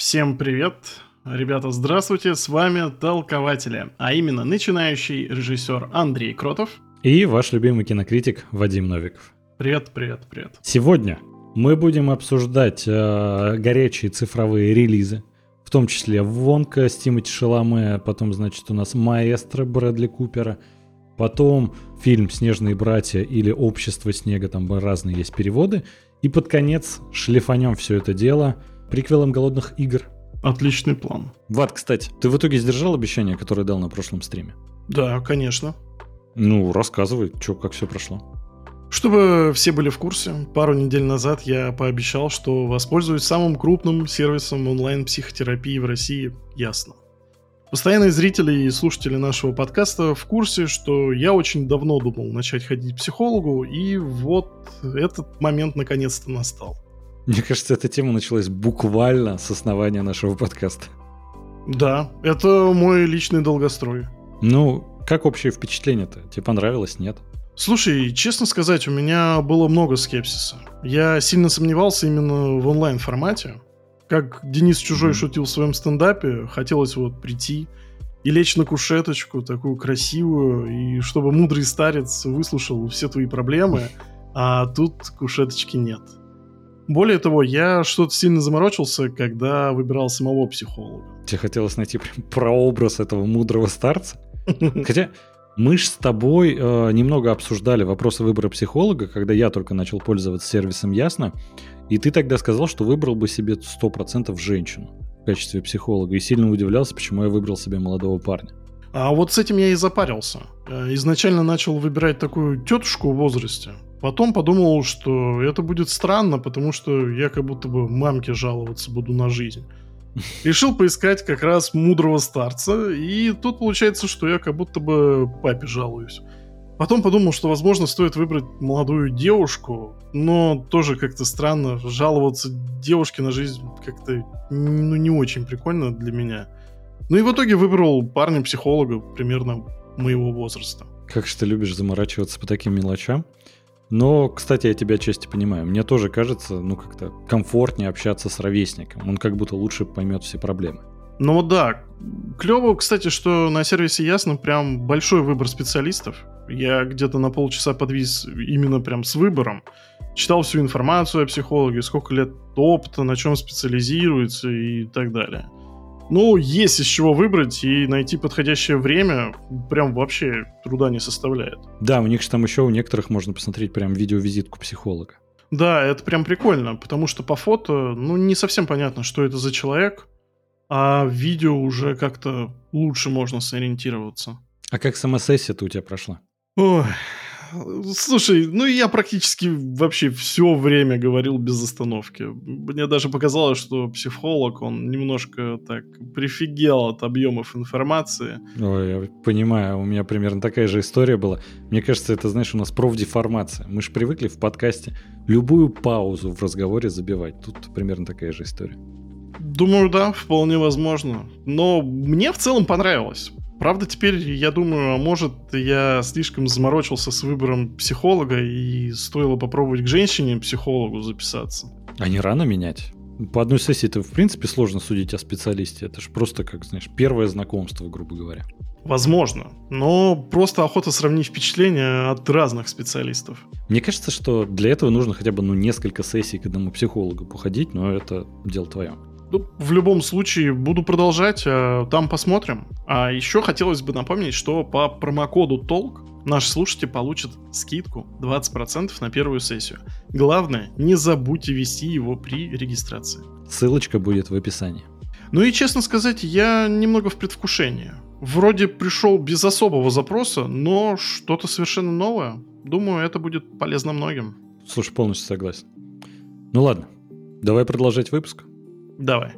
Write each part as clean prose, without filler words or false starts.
Всем привет! Ребята, здравствуйте! С вами Толкователи, а именно начинающий режиссер Андрей Кротов и ваш любимый кинокритик Вадим Новиков. Привет. Сегодня мы будем обсуждать горячие цифровые релизы, в том числе «Вонка» с Тимоти Шаломе, потом, значит, у нас «Маэстро» Брэдли Купера, потом фильм «Снежные братья» или «Общество снега», там разные есть переводы, и под конец шлифанем все это дело приквелом «Голодных игр». Отличный план. Вад, кстати, ты в итоге сдержал обещание, которое дал на прошлом стриме? Да, конечно. Ну, рассказывай, как все прошло. Чтобы все были в курсе, пару недель назад я пообещал, что воспользуюсь самым крупным сервисом онлайн-психотерапии в России «Ясно». Постоянные зрители и слушатели нашего подкаста в курсе, что я очень давно думал начать ходить к психологу, и вот этот момент наконец-то настал. Мне кажется, эта тема началась буквально с основания нашего подкаста. Да, это мой личный долгострой. Ну, как общее впечатление-то? Тебе понравилось, нет? Слушай, честно сказать, у меня было много скепсиса. Я сильно сомневался именно в онлайн-формате. Как Денис Чужой шутил в своем стендапе, хотелось вот прийти и лечь на кушеточку, такую красивую, и чтобы мудрый старец выслушал все твои проблемы, а тут кушеточки нет. Более того, я что-то сильно заморочился, когда выбирал самого психолога. Тебе хотелось найти прям прообраз этого мудрого старца? Хотя мы ж с тобой немного обсуждали вопросы выбора психолога, когда я только начал пользоваться сервисом «Ясно», и ты тогда сказал, что выбрал бы себе 100% женщину в качестве психолога, и сильно удивлялся, почему я выбрал себе молодого парня. А вот с этим я и запарился. Изначально начал выбирать такую тетушку в возрасте. Потом подумал, что это будет странно, потому что я как будто бы мамке жаловаться буду на жизнь. Решил поискать как раз мудрого старца, и тут получается, что я как будто бы папе жалуюсь. Потом подумал, что, возможно, стоит выбрать молодую девушку, но тоже как-то странно жаловаться девушке на жизнь как-то не очень прикольно для меня. Ну и в итоге выбрал парня-психолога примерно моего возраста. Как же ты любишь заморачиваться по таким мелочам? Но, кстати, я тебя отчасти понимаю. Мне тоже кажется, как-то комфортнее общаться с ровесником. Он как будто лучше поймет все проблемы. Ну вот да. Клево, кстати, что на сервисе «Ясно» прям большой выбор специалистов. Я где-то на полчаса подвис именно прям с выбором. Читал всю информацию о психологе, сколько лет опыта, на чем специализируется и так далее. Ну, есть из чего выбрать, и найти подходящее время прям вообще труда не составляет. Да, у них же там еще у некоторых можно посмотреть прям видеовизитку психолога. Да, это прям прикольно, потому что по фото, не совсем понятно, что это за человек, а в видео уже как-то лучше можно сориентироваться. А как сама сессия-то у тебя прошла? Ой, слушай, я практически вообще все время говорил без остановки. Мне даже показалось, что психолог, он немножко так прифигел от объемов информации. Ой, я понимаю, у меня примерно такая же история была. Мне кажется, это, знаешь, у нас профдеформация. Мы же привыкли в подкасте любую паузу в разговоре забивать. Тут примерно такая же история. Думаю, да, вполне возможно. Но мне в целом понравилось. Правда, теперь я думаю, а может, я слишком заморочился с выбором психолога и стоило попробовать к женщине-психологу записаться. А не рано менять? По одной сессии-то, в принципе, сложно судить о специалисте. Это же просто, как, знаешь, первое знакомство, грубо говоря. Возможно, но просто охота сравнить впечатления от разных специалистов. Мне кажется, что для этого нужно хотя бы несколько сессий к одному психологу походить, но это дело твое. В любом случае, буду продолжать, а там посмотрим. А еще хотелось бы напомнить, что по промокоду ТОЛК наши слушатели получат скидку 20% на первую сессию. Главное, не забудьте ввести его при регистрации. Ссылочка будет в описании. Ну и, честно сказать, я немного в предвкушении. Вроде пришел без особого запроса, но что-то совершенно новое. Думаю, это будет полезно многим. Слушай, полностью согласен. Ну ладно, давай продолжать выпуск. Давай.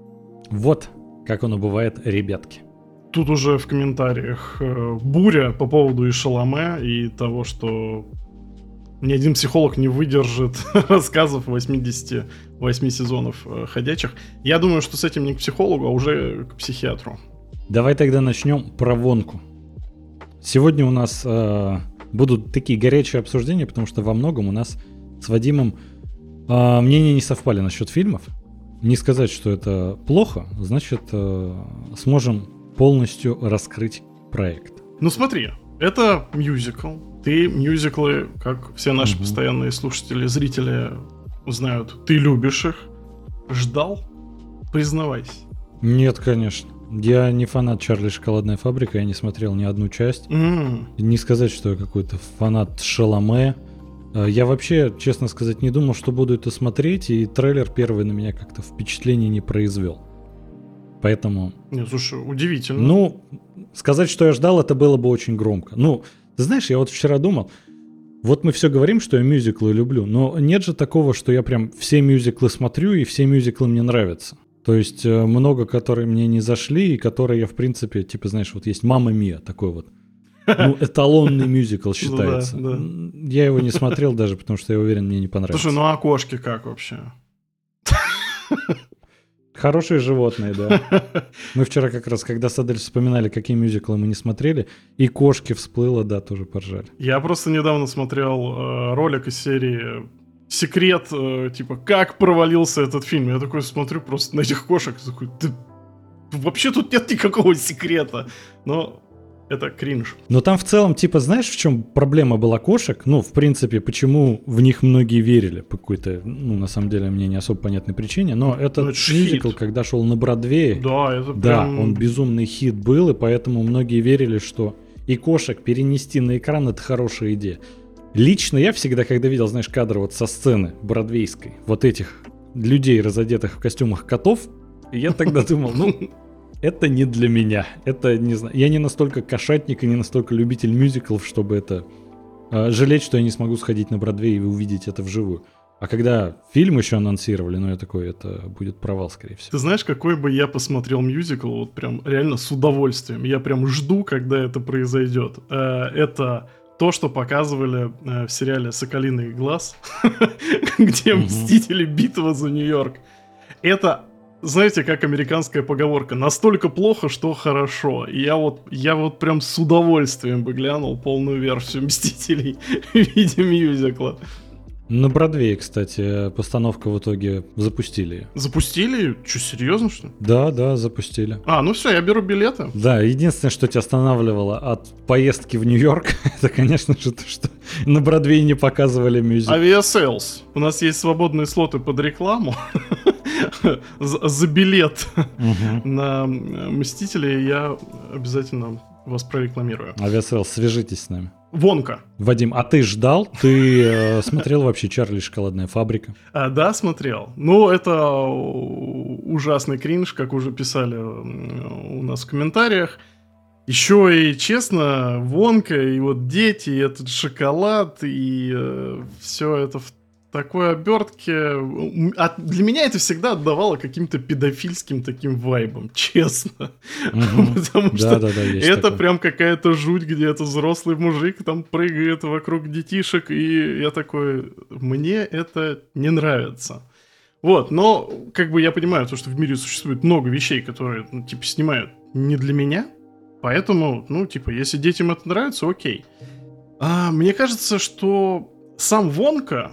Вот как оно бывает, ребятки. Тут уже в комментариях буря по поводу и Шаломе, и того, что ни один психолог не выдержит рассказов 88 сезонов «Ходячих». Я думаю, что с этим не к психологу, а уже к психиатру. Давай тогда начнем про «Вонку». Сегодня у нас будут такие горячие обсуждения, потому что во многом у нас с Вадимом мнения не совпали насчет фильмов. Не сказать, что это плохо, значит, сможем полностью раскрыть проект. Ну смотри, это мюзикл. Ты мюзиклы, как все наши постоянные слушатели, зрители знают, ты любишь их. Ждал? Признавайся. Нет, конечно. Я не фанат «Чарли и шоколадная фабрика», я не смотрел ни одну часть. Не сказать, что я какой-то фанат Шаломе. Я вообще, честно сказать, не думал, что буду это смотреть, и трейлер первый на меня как-то впечатление не произвел. Поэтому... Не, слушай, удивительно. Ну, сказать, что я ждал, это было бы очень громко. Ну, ты знаешь, я вот вчера думал, вот мы все говорим, что я мюзиклы люблю, но нет же такого, что я прям все мюзиклы смотрю, и все мюзиклы мне нравятся. То есть много, которые мне не зашли, и которые я, в принципе, типа, знаешь, вот есть «Мамма Мия», такой вот. Ну, эталонный мюзикл считается. Да. Я его не смотрел даже, потому что я уверен, мне не понравится. Слушай, ну а кошки как вообще? Хорошие животные, да. Мы вчера как раз, когда с Адель вспоминали, какие мюзиклы мы не смотрели, и кошки всплыло, да, тоже поржали. Я просто недавно смотрел ролик из серии «Секрет», типа, как провалился этот фильм. Я такой смотрю просто на этих кошек, такой, вообще тут нет никакого секрета. Но... это кринж. Но там в целом, типа, знаешь, в чем проблема была кошек? Ну, в принципе, почему в них многие верили по какой-то, ну, на самом деле, мне не особо понятной причине, но этот мюзикл, когда шел на Бродвее, да, это да, прям... он безумный хит был, и поэтому многие верили, что и кошек перенести на экран — это хорошая идея. Лично я всегда, когда видел, знаешь, кадры вот со сцены бродвейской, вот этих людей, разодетых в костюмах котов, я тогда думал, ну... это не для меня. Это не знаю. Я не настолько кошатник и не настолько любитель мюзиклов, чтобы это жалеть, что я не смогу сходить на Бродвей и увидеть это вживую. А когда фильм еще анонсировали, ну я такой, это будет провал, скорее всего. Ты знаешь, какой бы я посмотрел мюзикл, вот прям реально с удовольствием. Я прям жду, когда это произойдет. Это то, что показывали в сериале «Соколиный глаз», где Мстители битва за Нью-Йорк. Это... знаете, как американская поговорка, настолько плохо, что хорошо. И я вот прям с удовольствием бы глянул полную версию «Мстителей» в виде мюзикла. На Бродвее, кстати, постановка в итоге запустили. Запустили? Че, серьезно, что ли? Да, запустили. Ну все, я беру билеты. Да, единственное, что тебя останавливало от поездки в Нью-Йорк, это, конечно же, то, что на Бродвее не показывали мюзикл. Авиасейлс. У нас есть свободные слоты под рекламу. За билет на «Мстители» я обязательно вас прорекламирую. Авиасейлс, свяжитесь с нами. Вонка. Вадим, а ты ждал? Ты смотрел вообще «Чарли и шоколадная фабрика»? Да, смотрел. Ну, это ужасный кринж, как уже писали у нас в комментариях. Еще и, честно, Вонка, и вот дети, и этот шоколад, и все это в такой обертке. Для меня это всегда отдавало каким-то педофильским таким вайбом, честно. Потому что это прям какая-то жуть, где этот взрослый мужик там прыгает вокруг детишек, и я такой, мне это не нравится. Вот, но как бы я понимаю, то, что в мире существует много вещей, которые, ну, типа, снимают не для меня, поэтому, ну, типа, если детям это нравится, окей. Мне кажется, что сам Вонка...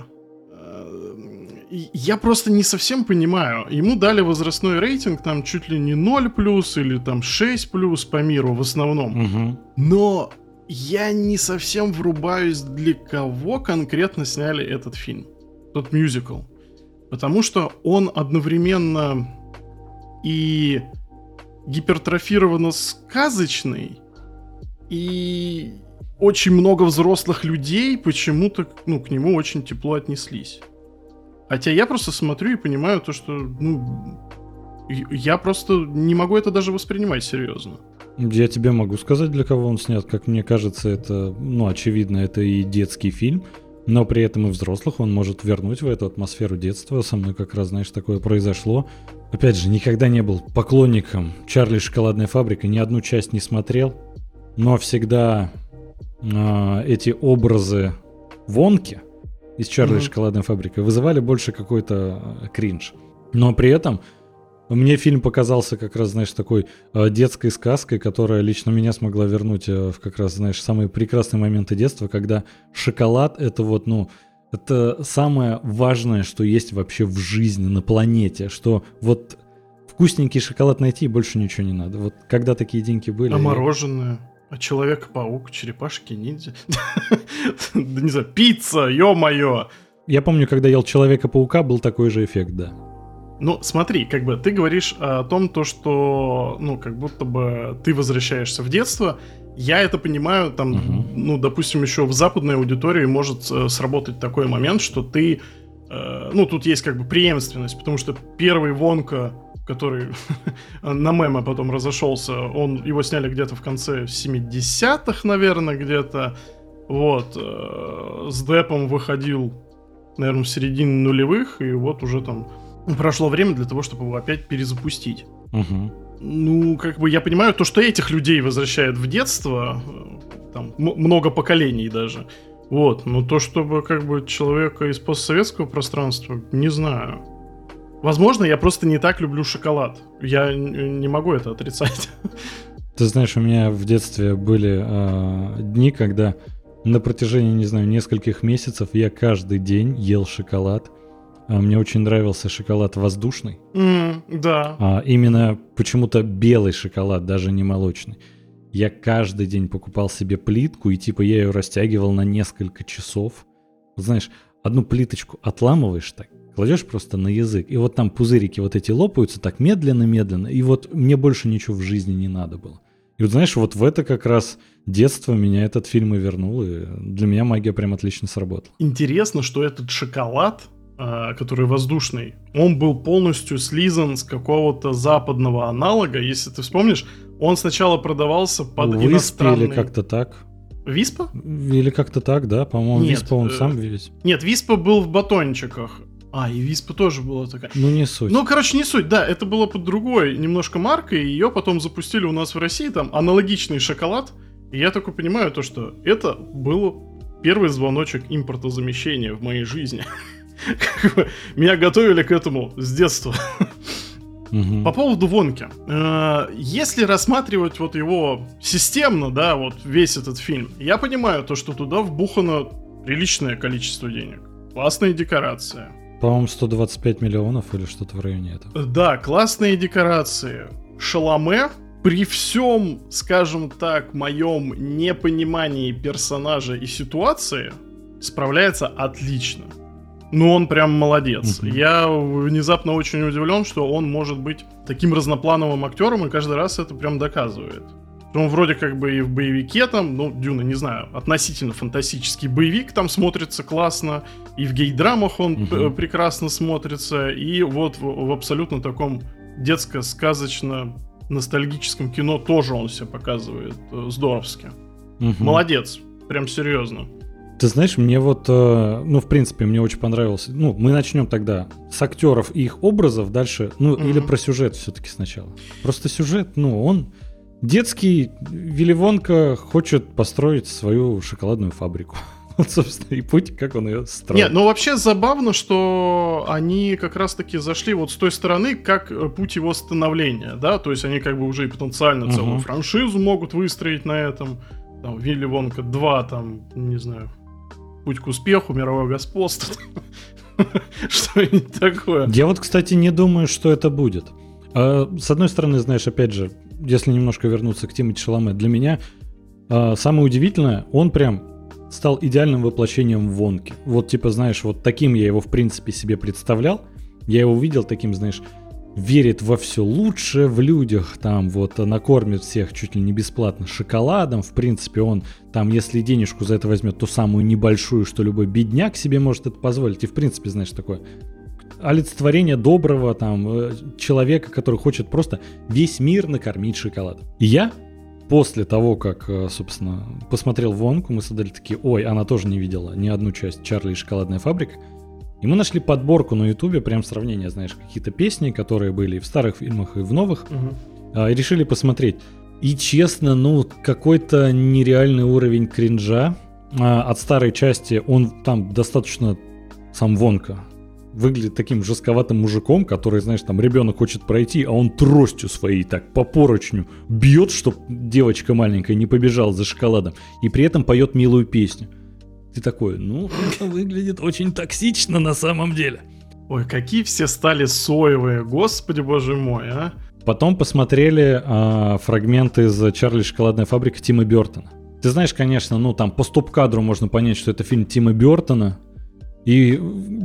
я просто не совсем понимаю. Ему дали возрастной рейтинг, там чуть ли не 0+, или там 6+, по миру в основном. Но я не совсем врубаюсь, для кого конкретно сняли этот фильм. Тот мюзикл. Потому что он одновременно и гипертрофированно сказочный, и очень много взрослых людей почему-то, ну, к нему очень тепло отнеслись. Хотя я просто смотрю и понимаю то, что, ну, я просто не могу это даже воспринимать серьезно. Я тебе могу сказать, для кого он снят. Как мне кажется, это, ну, очевидно, это и детский фильм, но при этом и взрослых он может вернуть в эту атмосферу детства. Со мной как раз, знаешь, такое произошло. Опять же, никогда не был поклонником «Чарли и шоколадная фабрика», ни одну часть не смотрел, но всегда эти образы Вонки из «Чарли и шоколадная фабрика» вызывали больше какой-то кринж. Но при этом мне фильм показался как раз, знаешь, такой детской сказкой, которая лично меня смогла вернуть в как раз, знаешь, самые прекрасные моменты детства, когда шоколад — это вот, ну, Это самое важное, что есть вообще в жизни, на планете, что вот вкусненький шоколад найти и больше ничего не надо. Вот когда такие деньги были... А мороженое? А Человек-паук, черепашки-ниндзя? Да не знаю, пицца, ё-моё! Я помню, когда ел Человека-паука, был такой же эффект, да. Ну, смотри, как бы ты говоришь о том, что, ну, как будто бы ты возвращаешься в детство. Я это понимаю, там, ну, допустим, еще в западной аудитории может сработать такой момент, что ты, ну, тут есть как бы преемственность, потому что первый Вонка, который на мемы потом разошелся, его сняли где-то в конце 70-х, наверное, где-то, вот, с Деппом выходил, наверное, в середине нулевых, и вот уже там прошло время для того, чтобы его опять перезапустить. Ну, как бы я понимаю, то, что этих людей возвращает в детство, там, много поколений даже, вот, но то, чтобы как бы человека из постсоветского пространства, не знаю. Возможно, я просто не так люблю шоколад. Я не могу это отрицать. Ты знаешь, у меня в детстве были дни, когда на протяжении, не знаю, нескольких месяцев я каждый день ел шоколад. Мне очень нравился шоколад воздушный. Да. Именно почему-то белый шоколад, даже не молочный. Я каждый день покупал себе плитку, и типа я ее растягивал на несколько часов. Вот знаешь, одну плиточку отламываешь так, кладешь просто на язык, и вот там пузырики вот эти лопаются так медленно-медленно, и вот мне больше ничего в жизни не надо было. И вот знаешь, вот в это как раз детство меня этот фильм и вернул, и для меня магия прям отлично сработала. Интересно, что этот шоколад, который воздушный, он был полностью слизан с какого-то западного аналога. Если ты вспомнишь, он сначала продавался под иностранный... или как-то так. Виспа? Или как-то так, да. По-моему, Виспа он сам весь. Нет, Виспа был в батончиках. И Виспа тоже была такая. Ну, не суть. Ну, короче, не суть, да. Это было под другой немножко маркой. Ее потом запустили у нас в России, там, аналогичный шоколад. И я только понимаю то, что это был первый звоночек импортозамещения в моей жизни. Меня готовили к этому с детства. По поводу Вонки. Если рассматривать вот его системно, да, вот весь этот фильм, я понимаю то, что туда вбухано приличное количество денег. Классные декорации. По-моему, 125 миллионов или что-то в районе этого. Да, классные декорации. Шаломе, при всем, скажем так, моем непонимании персонажа и ситуации, справляется отлично. Ну, он прям молодец. Я внезапно очень удивлен, что он может быть таким разноплановым актером, и каждый раз это прям доказывает. Он вроде как бы и в боевике там, ну, Дюна, не знаю, относительно фантастический боевик там смотрится классно, и в гей-драмах он прекрасно смотрится, и вот в абсолютно таком детско-сказочно-ностальгическом кино тоже он себя показывает здоровски. Молодец, прям серьезно. Ты знаешь, мне вот, ну, в принципе, мне очень понравился. Ну, мы начнем тогда с актеров и их образов, дальше, ну, или про сюжет все-таки сначала. Просто сюжет, ну, он детский. Вилли Вонка хочет построить свою шоколадную фабрику. Вот, собственно, и путь, как он ее строит. Нет, ну вообще забавно, что они как раз-таки зашли вот с той стороны, как путь его становления, да, то есть они как бы уже и потенциально целую франшизу могут выстроить на этом. Там, Вилли Вонка 2, там, не знаю... Путь к успеху, мировое господство. Что-нибудь такое. Я вот, кстати, не думаю, что это будет. С одной стороны, знаешь, опять же, если немножко вернуться к Тимоти Шаломе, для меня самое удивительное, он прям стал идеальным воплощением Вонки. Вот, типа, знаешь, вот таким я его, в принципе, себе представлял. Я его видел таким, знаешь, верит во все лучшее в людях, там вот накормит всех чуть ли не бесплатно шоколадом, в принципе он там, если денежку за это возьмет, то самую небольшую, что любой бедняк себе может это позволить, и в принципе, знаешь, такое олицетворение доброго там человека, который хочет просто весь мир накормить шоколадом. И я после того, как, собственно, посмотрел Вонку, мы создали такие, ой, она тоже не видела ни одну часть «Чарли и шоколадная фабрика», и мы нашли подборку на Ютубе, прям сравнение, знаешь, какие-то песни, которые были и в старых фильмах, и в новых, и решили посмотреть. И честно, ну, какой-то нереальный уровень кринжа. От старой части он там достаточно, сам Вонка, выглядит таким жестковатым мужиком, который, знаешь, там ребенок хочет пройти, а он тростью своей так по поручню бьет, чтоб девочка маленькая не побежала за шоколадом, и при этом поет милую песню. Ты такой, ну, это выглядит очень токсично на самом деле. Ой, какие все стали соевые, господи боже мой, а. Потом посмотрели фрагменты из «Чарли и шоколадная фабрика» Тима Бёртона. Ты знаешь, конечно, ну там по стоп-кадру можно понять, что это фильм Тима Бёртона. И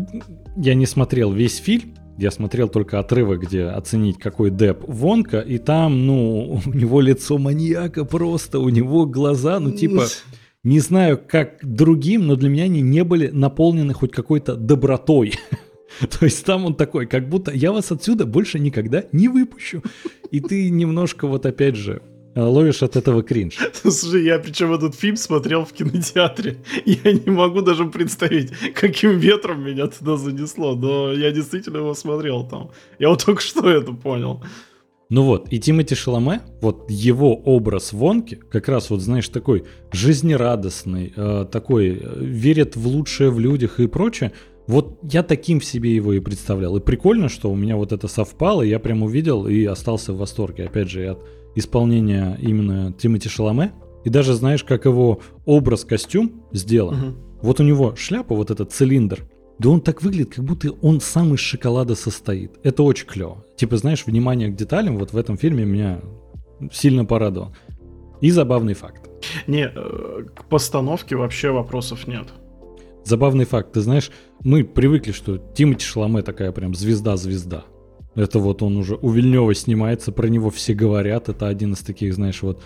я не смотрел весь фильм, я смотрел только отрывок, где оценить, какой Депп Вонка, и там, ну, у него лицо маньяка просто, у него глаза, ну типа, не знаю, как другим, но для меня они не были наполнены хоть какой-то добротой. То есть там он такой, как будто я вас отсюда больше никогда не выпущу. И ты немножко вот опять же ловишь от этого кринж. Слушай, я причем этот фильм смотрел в кинотеатре. Я не могу даже представить, каким ветром меня туда занесло. Но я действительно его смотрел там. Я вот только что это понял. Ну вот, и Тимоти Шаломе, вот его образ Вонки, как раз вот, знаешь, такой жизнерадостный, такой, верит в лучшее в людях и прочее. Вот я таким в себе его и представлял. И прикольно, что у меня вот это совпало, я прям увидел и остался в восторге. Опять же, от исполнения именно Тимоти Шаломе. И даже знаешь, как его образ-костюм сделан. Вот у него шляпа, вот этот цилиндр. Да он так выглядит, как будто он сам из шоколада состоит. Это очень клево. Типа, знаешь, внимание к деталям вот в этом фильме меня сильно порадовало. И забавный факт. Не, к постановке вообще вопросов нет. Забавный факт, ты знаешь, мы привыкли, что Тимоти Шаломе такая прям звезда-звезда. Это вот он уже у Вильнёва снимается, про него все говорят. Это один из таких, знаешь, вот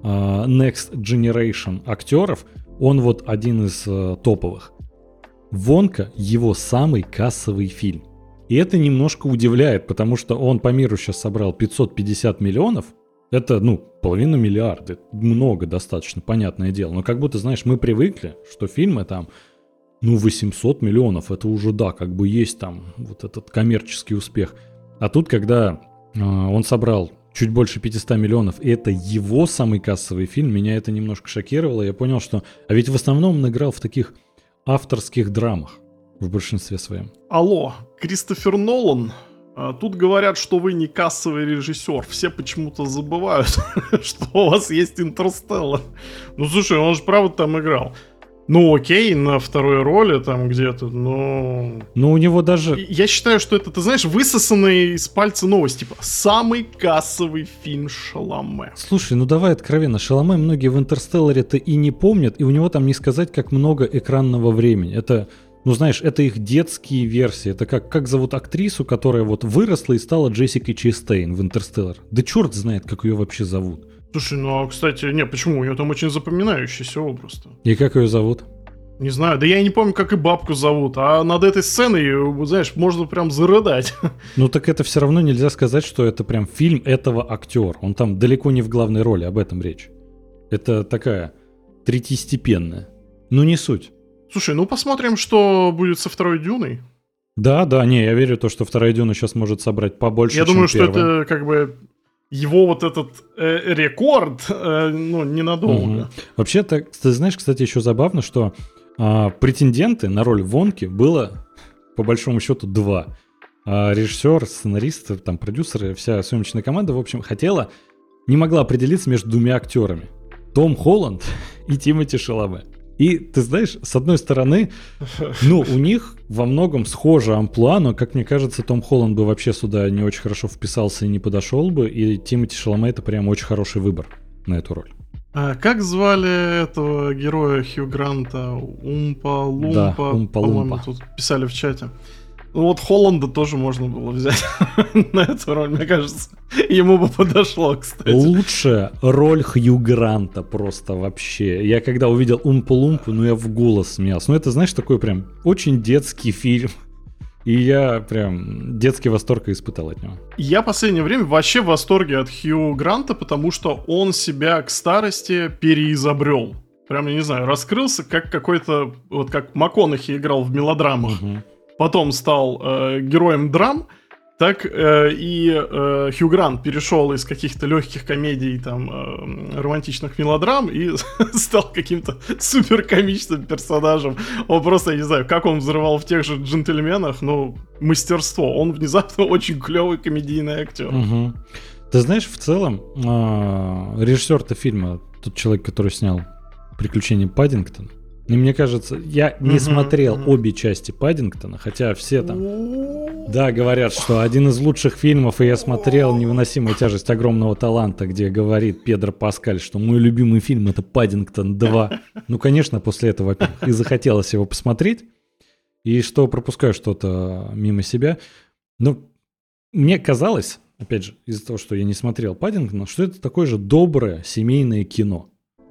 Next Generation актеров. Он вот один из топовых. Вонка — его самый кассовый фильм. И это немножко удивляет, потому что он по миру сейчас собрал 550 миллионов. Это, ну, половина миллиарда. Это много достаточно, понятное дело. Но как будто, знаешь, мы привыкли, что фильмы там, ну, 800 миллионов, это уже, да, как бы есть там вот этот коммерческий успех. А тут, когда он собрал чуть больше 500 миллионов, и это его самый кассовый фильм, меня это немножко шокировало. Я понял, что... А ведь в основном он играл в таких авторских драмах в большинстве своем. Алло, Кристофер Нолан, тут говорят, что вы не кассовый режиссер. Все почему-то забывают, что у вас есть «Интерстеллар». Ну, слушай, он же правда там играл. Ну, окей, на второй роли там где-то, но... Ну, у него даже... Я считаю, что это, ты знаешь, высосанные из пальца новость, типа, самый кассовый фильм Шаломе. Слушай, ну давай откровенно, Шаломе многие в «Интерстелларе»-то и не помнят, и у него там не сказать, как много экранного времени. Это, ну знаешь, это их детские версии. Это как зовут актрису, которая вот выросла и стала Джессикой Честейн в «Интерстеллар». Да черт знает, как ее вообще зовут. Слушай, ну, кстати, не, почему? У нее там очень запоминающийся образ-то. И как ее зовут? Не знаю, да я не помню, как и бабку зовут, а над этой сценой, знаешь, можно прям зарыдать. Ну так это все равно нельзя сказать, что это прям фильм этого актера. Он там далеко не в главной роли, об этом речь. Это такая третьестепенная. Ну не суть. Слушай, ну посмотрим, что будет со второй «Дюной». Да, не, я верю в то, что вторая «Дюна» сейчас может собрать побольше, я чем думаю, первая. что это как бы... Его вот этот рекорд, ну, ненадолго. Вообще, ты знаешь, кстати, еще забавно, что претенденты на роль Вонки было, по большому счету, 2. Режиссер, сценарист, там, продюсеры, вся съемочная команда, в общем, не могла определиться между 2 актерами. Том Холланд и Тимоти Шаломе. И, ты знаешь, с одной стороны, ну, у них во многом схоже амплуа, но, как мне кажется, Том Холланд бы вообще сюда не очень хорошо вписался и не подошел бы, и Тимоти Шаломе — это прям очень хороший выбор на эту роль. А как звали этого героя Хью Гранта? Умпа-Лумпа? Да, Умпа-Лумпа. По-моему, тут писали в чате. Ну вот Холланда тоже можно было взять на эту роль, мне кажется. Ему бы подошло, кстати. Лучшая роль Хью Гранта просто вообще. Я когда увидел Умпу-Лумпу, ну я в голос смеялся. Ну это, знаешь, такой прям очень детский фильм. И я прям детский восторг испытал от него. Я в последнее время вообще в восторге от Хью Гранта, потому что он себя к старости переизобрел. Прям, я не знаю, раскрылся как какой-то... Вот как МакКонахи играл в мелодрамах. Потом стал героем драм, так и Хью Грант перешел из каких-то легких комедий, там, романтичных мелодрам и стал каким-то суперкомичным персонажем. Он просто, я не знаю, как он взрывал в тех же «Джентльменах», но мастерство. Он внезапно очень клевый комедийный актер. Ты знаешь, в целом, режиссер-то фильма, тот человек, который снял «Приключения Паддингтона», И мне кажется, я не смотрел обе части Паддингтона, хотя все там, да, говорят, что один из лучших фильмов, и я смотрел «Невыносимая тяжесть огромного таланта», где говорит Педро Паскаль, что мой любимый фильм — это «Паддингтон 2». Ну, конечно, после этого, во-первых, и захотелось его посмотреть, и что пропускаю что-то мимо себя. Но мне казалось, опять же, из-за того, что я не смотрел «Паддингтона», что это такое же доброе семейное кино.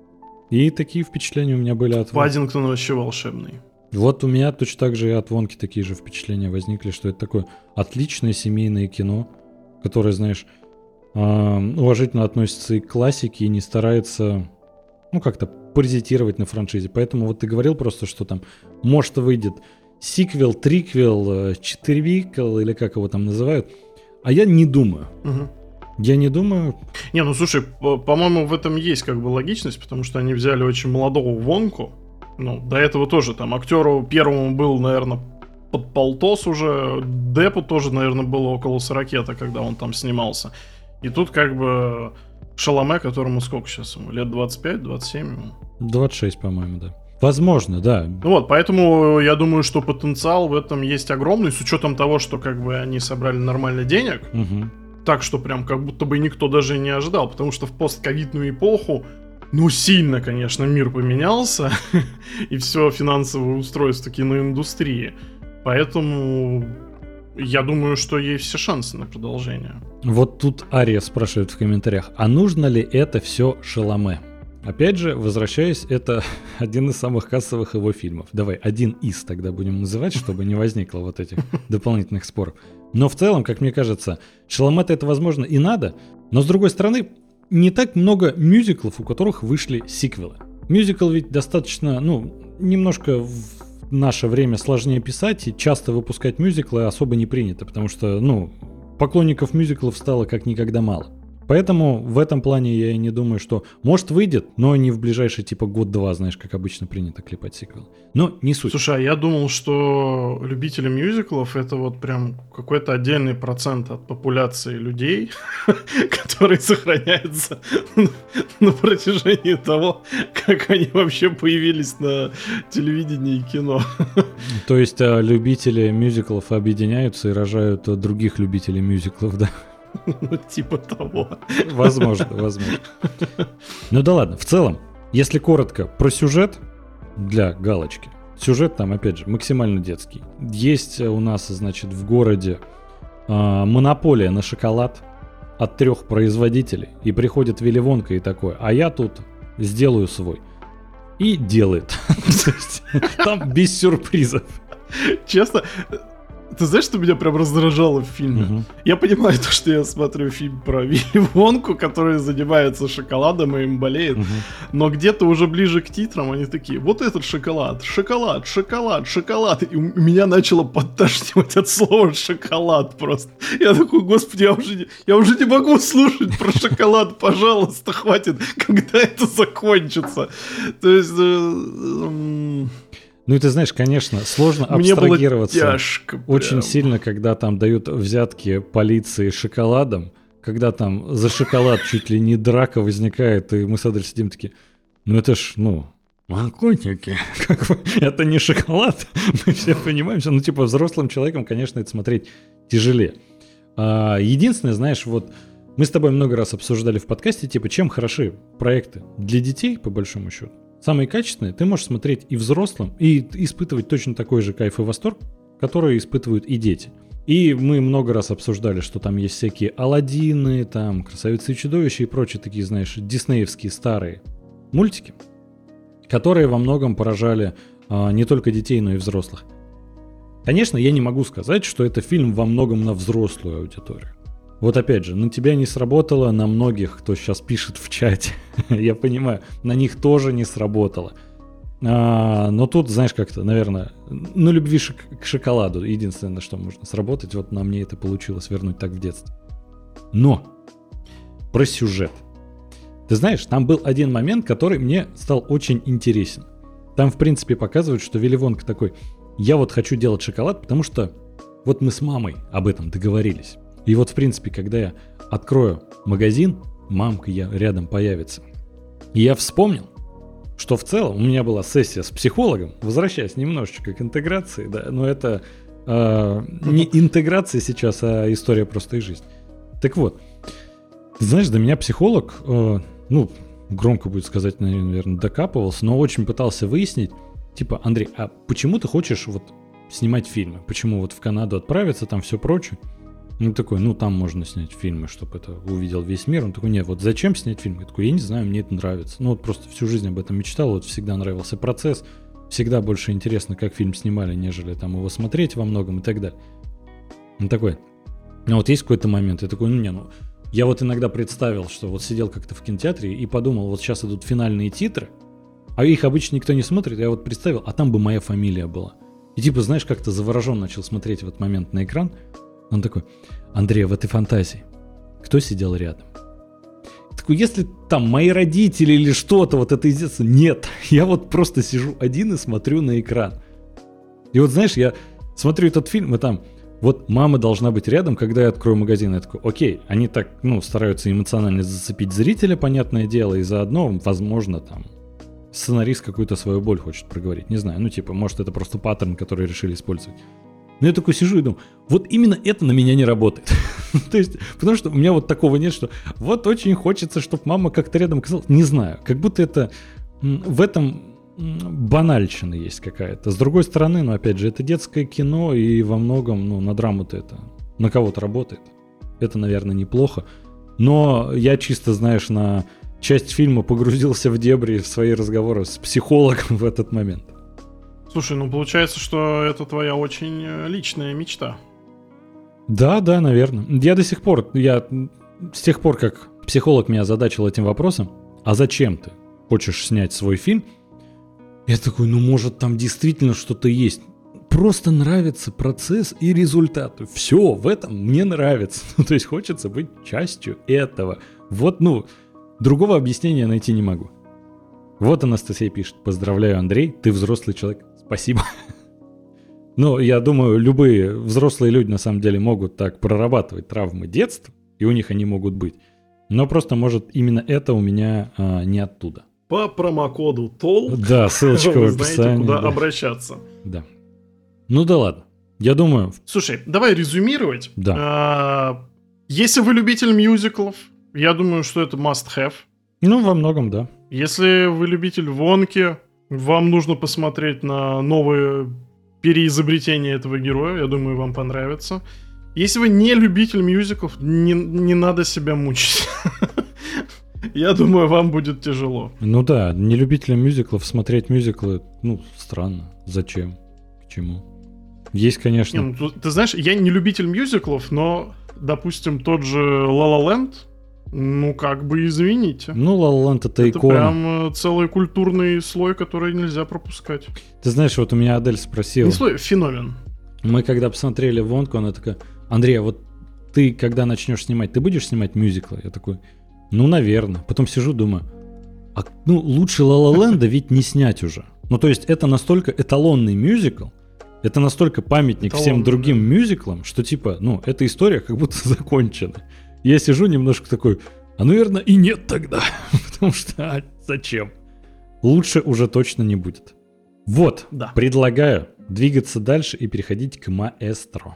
И такие впечатления у меня были от... Паддингтон вообще волшебный. Вот у меня точно так же и от Вонки такие же впечатления возникли, что это такое отличное семейное кино, которое, знаешь, уважительно относится и к классике, и не старается, ну, как-то паразитировать на франшизе. Поэтому вот ты говорил просто, что там, может, выйдет сиквел, триквел, четыревиквел, или как его там называют. А я не думаю. Я не думаю... Не, ну слушай, по-моему, в этом есть как бы логичность, потому что они взяли очень молодого Вонку. Ну, до этого тоже там актеру первому был, наверное, под полтос уже. Деппу тоже, наверное, было около 40, когда он там снимался. И тут как бы Шаломе, которому сколько сейчас ему? Лет 25, 27 ему? 26, по-моему, да. Возможно, да. Ну вот, поэтому я думаю, что потенциал в этом есть огромный, с учетом того, что как бы они собрали нормально денег. Так что прям как будто бы никто даже не ожидал, потому что в постковидную эпоху, ну, сильно, конечно, мир поменялся, и все финансовое устройство киноиндустрии. Поэтому я думаю, что есть все шансы на продолжение. Вот тут Ария спрашивает в комментариях, а нужно ли это все Шаломе? Опять же, возвращаясь, это один из самых кассовых его фильмов. Давай, один из тогда будем называть, чтобы не возникло вот этих дополнительных споров. Но в целом, как мне кажется, Шаломе-то это, возможно, и надо. Но, с другой стороны, не так много мюзиклов, у которых вышли сиквелы. Мюзикл ведь достаточно, ну, немножко в наше время сложнее писать, и часто выпускать мюзиклы особо не принято, потому что, ну, поклонников мюзиклов стало как никогда мало. Поэтому в этом плане я и не думаю, что может выйдет, но не в ближайший типа год-два, знаешь, как обычно принято клепать сиквел. Но не суть. Слушай, а я думал, что любители мюзиклов это вот прям какой-то отдельный процент от популяции людей, который сохраняется на протяжении того, как они вообще появились на телевидении и кино. То есть любители мюзиклов объединяются и рожают других любителей мюзиклов, да? Ну, типа того. Возможно. Ну да ладно, в целом, если коротко про сюжет, для галочки, сюжет там, опять же, максимально детский. Есть у нас, значит, в городе монополия на шоколад от 3 производителей, и приходит Вилли Вонка и такой, а я тут сделаю свой. И делает. Там без сюрпризов. Честно... Ты знаешь, что меня прям раздражало в фильме? Я понимаю то, что я смотрю фильм про Вилли Вонку, который занимается шоколадом и им болеет, но где-то уже ближе к титрам они такие, вот этот шоколад, шоколад, шоколад, шоколад, и у меня начало подташнивать от слова шоколад просто. Я такой, господи, я уже не могу слушать про шоколад, пожалуйста, хватит, когда это закончится. То есть... Ну и ты знаешь, конечно, сложно абстрагироваться. Мне было тяжко, очень сильно, когда там дают взятки полиции шоколадом, когда там за шоколад чуть ли не драка возникает, и мы с Адрой сидим такие, ну это ж, ну, охотники, это не шоколад, мы все понимаем, ну типа взрослым человеком, конечно, это смотреть тяжелее. Единственное, знаешь, вот мы с тобой много раз обсуждали в подкасте, типа, чем хороши проекты для детей, по большому счету. Самые качественные ты можешь смотреть и взрослым, и испытывать точно такой же кайф и восторг, который испытывают и дети. И мы много раз обсуждали, что там есть всякие Аладдины, там Красавицы и чудовища и прочие такие, знаешь, диснеевские старые мультики, которые во многом поражали не только детей, но и взрослых. Конечно, я не могу сказать, что это фильм во многом на взрослую аудиторию. Вот опять же, на тебя не сработало, на многих, кто сейчас пишет в чате, я понимаю, на них тоже не сработало. Но тут, знаешь, как-то, наверное, на любви к шоколаду единственное, на что можно сработать, вот на мне это получилось вернуть так в детство. Но про сюжет. Ты знаешь, там был один момент, который мне стал очень интересен. Там, в принципе, показывают, что Вилли Вонка такой, я вот хочу делать шоколад, потому что вот мы с мамой об этом договорились. И вот, в принципе, когда я открою магазин, мамка рядом появится. И я вспомнил, что в целом у меня была сессия с психологом, возвращаясь немножечко к интеграции, да, но это не интеграция сейчас, а история простой жизни. Так вот, ты знаешь, до меня психолог, громко будет сказать, наверное, докапывался, но очень пытался выяснить, типа, Андрей, а почему ты хочешь вот снимать фильмы? Почему вот в Канаду отправиться, там все прочее? Ну, такой, там можно снять фильмы, чтобы это увидел весь мир. Он такой, нет, вот зачем снять фильм? Я такой, я не знаю, мне это нравится. Вот просто всю жизнь об этом мечтал, вот всегда нравился процесс, всегда больше интересно, как фильм снимали, нежели там его смотреть во многом и так далее. Он такой, вот есть какой-то момент, я такой, я вот иногда представил, что вот сидел как-то в кинотеатре и подумал, вот сейчас идут финальные титры, а их обычно никто не смотрит, я вот представил, а там бы моя фамилия была. И типа, знаешь, как-то заворожен начал смотреть в этот момент на экран. Он такой, Андрей, в этой фантазии кто сидел рядом? Я такой, если там мои родители или что-то, вот это из детства, нет. Я вот просто сижу один и смотрю на экран. И вот знаешь, я смотрю этот фильм, и там вот мама должна быть рядом, когда я открою магазин. Я такой, окей, они так, стараются эмоционально зацепить зрителя, понятное дело, и заодно, возможно, там сценарист какую-то свою боль хочет проговорить. Не знаю, может это просто паттерн, который решили использовать. Но я такой сижу и думаю, вот именно это на меня не работает. То есть, потому что у меня вот такого нет, что вот очень хочется, чтобы мама как-то рядом оказалась. Не знаю, как будто это в этом банальщина есть какая-то. С другой стороны, опять же, это детское кино, и во многом, на драму-то это на кого-то работает. Это, наверное, неплохо. Но я чисто, знаешь, на часть фильма погрузился в дебри в свои разговоры с психологом в этот момент. Слушай, получается, что это твоя очень личная мечта. Да, наверное. Я с тех пор, как психолог меня озадачил этим вопросом, а зачем ты хочешь снять свой фильм, я такой, может там действительно что-то есть. Просто нравится процесс и результат. Все, в этом мне нравится. То есть хочется быть частью этого. Вот, другого объяснения найти не могу. Вот Анастасия пишет, поздравляю, Андрей, ты взрослый человек. Спасибо. Я думаю, любые взрослые люди на самом деле могут так прорабатывать травмы детства, и у них они могут быть. Но просто, может, именно это у меня не оттуда. По промокоду ТОЛ. Да, ссылочка в описании. Вы знаете, куда обращаться. Да. Да ладно. Я думаю... Слушай, давай резюмировать. Да. Если вы любитель мюзиклов, я думаю, что это must-have. Во многом, да. Если вы любитель Вонки, вам нужно посмотреть на новые переизобретения этого героя. Я думаю, вам понравится. Если вы не любитель мюзиклов, не надо себя мучить. Я думаю, вам будет тяжело. Да, не любителям мюзиклов смотреть мюзиклы, странно. Зачем? К чему? Есть, конечно... Ты знаешь, я не любитель мюзиклов, но, допустим, тот же La La Land, как бы извините. La La Land это икона. Это прям целый культурный слой, который нельзя пропускать. Ты знаешь, вот у меня Адель спросила... Не слой, феномен. Мы когда посмотрели Вонку, она такая, Андрей, а вот ты когда начнешь снимать, ты будешь снимать мюзиклы? Я такой, наверное. Потом сижу, думаю, лучше La La Land ведь не снять уже. То есть это настолько эталонный мюзикл, это настолько памятник всем другим мюзиклам, что типа, эта история как будто закончена. Я сижу немножко такой, наверное, и нет тогда. Потому что, зачем? Лучше уже точно не будет. Вот, предлагаю двигаться дальше и переходить к маэстро.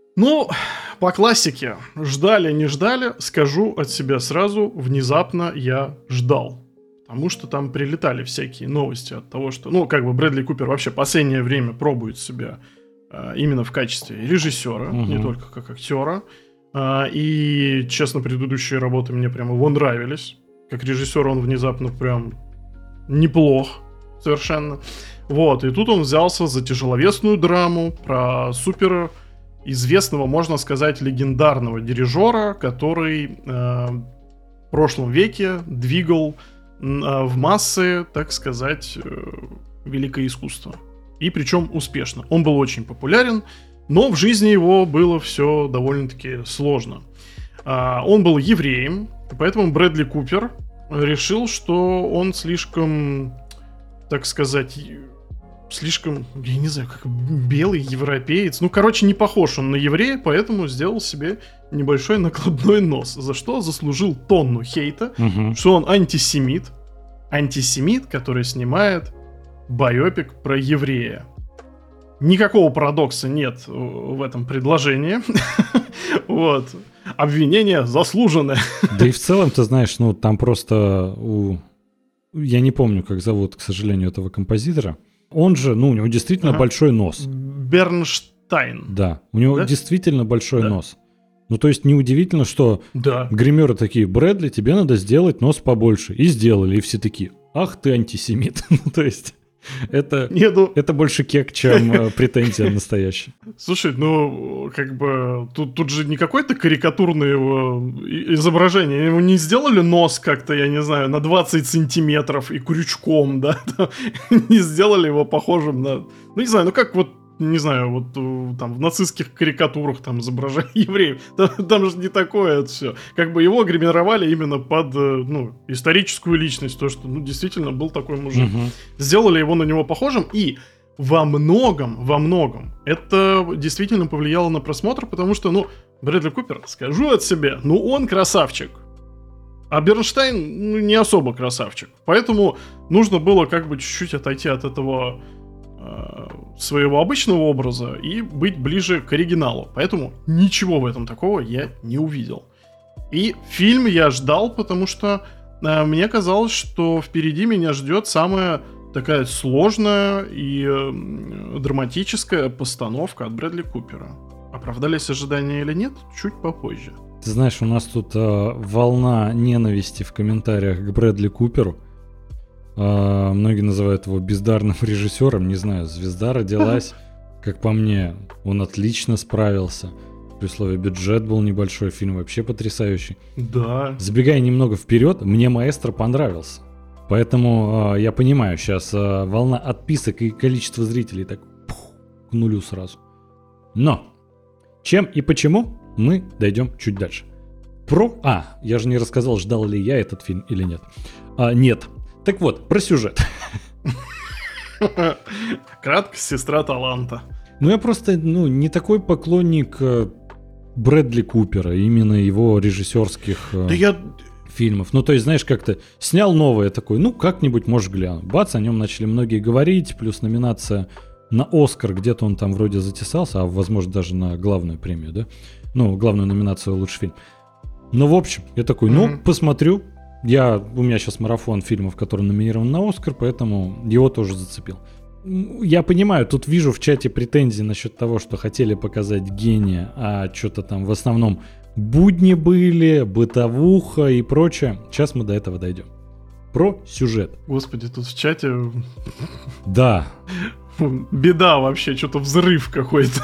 По классике, ждали, не ждали, скажу от себя сразу, внезапно я ждал. Потому что там прилетали всякие новости от того, что, Брэдли Купер вообще последнее время пробует себя именно в качестве режиссера, не только как актера. И, честно, предыдущие работы мне прямо его нравились. Как режиссер он внезапно прям неплох совершенно. И тут он взялся за тяжеловесную драму про супер известного, можно сказать, легендарного дирижера, который в прошлом веке двигал в массы, так сказать, великое искусство. И причем успешно. Он был очень популярен, но в жизни его было все довольно-таки сложно. Он был евреем, поэтому Брэдли Купер решил, что он слишком, так сказать, я не знаю, как белый европеец. Не похож он на еврея, поэтому сделал себе небольшой накладной нос. За что заслужил тонну хейта, что он антисемит. антисемит, который снимает байопик про еврея. Никакого парадокса нет в этом предложении. Вот. Обвинение заслуженное. Да и в целом, ты знаешь, ну там просто я не помню, как зовут, к сожалению, этого композитора. Он же, ну, у него действительно большой нос. Бернштайн. Да, у него действительно большой нос. Ну, то есть неудивительно, что гримеры такие: Брэдли, тебе надо сделать нос побольше. И сделали, и все такие: ах ты антисемит. Ну, то есть это больше кек, чем претензия настоящая. Слушай, ну, как бы, тут же не какое-то карикатурное его изображение. Ему не сделали нос как-то, я не знаю, на 20 сантиметров и крючком, да? Не сделали его похожим на... Ну, не знаю, ну как вот, не знаю, вот там в нацистских карикатурах там изображали евреев. Там же не такое это все. Как бы его гримировали именно под, ну, историческую личность. То, что, ну, действительно был такой мужик. Сделали его на него похожим, и во многом это действительно повлияло на просмотр, потому что, ну, Брэдли Купер, скажу от себя, ну, он красавчик. А Бернштайн, ну, не особо красавчик. Поэтому нужно было как бы чуть-чуть отойти от этого своего обычного образа и быть ближе к оригиналу. Поэтому ничего в этом такого я не увидел. И фильм я ждал, потому что мне казалось, что впереди меня ждет самая такая сложная и драматическая постановка от Брэдли Купера. Оправдались ожидания или нет, чуть попозже. Ты знаешь, у нас тут волна ненависти в комментариях к Брэдли Куперу. Многие называют его бездарным режиссером. Не знаю, звезда родилась. Как по мне, он отлично справился. При условии, бюджет был небольшой, фильм вообще потрясающий. Да. Забегая немного вперед, мне «Маэстро» понравился. Поэтому я понимаю, сейчас волна отписок и количество зрителей так к нулю сразу. Но чем и почему мы дойдем чуть дальше. Я же не рассказал, ждал ли я этот фильм или нет. Нет. Так вот, про сюжет. Краткость сестра таланта. Ну, я просто, не такой поклонник Брэдли Купера, именно его режиссерских фильмов. Ну, то есть, знаешь, как-то снял новое такое, ну, как-нибудь, можешь глянуть. Бац, о нем начали многие говорить, плюс номинация на «Оскар», где-то он там вроде затесался, а, возможно, даже на главную премию, да? Ну, главную номинацию «Лучший фильм». Ну, в общем, я такой, посмотрю. У меня сейчас марафон фильмов, который номинирован на «Оскар», поэтому его тоже зацепил. Я понимаю, тут вижу в чате претензии насчет того, что хотели показать гения, а что-то там в основном будни были, бытовуха и прочее. Сейчас мы до этого дойдем. Про сюжет. Господи, тут в чате... Да. Беда вообще, что-то взрыв какой-то.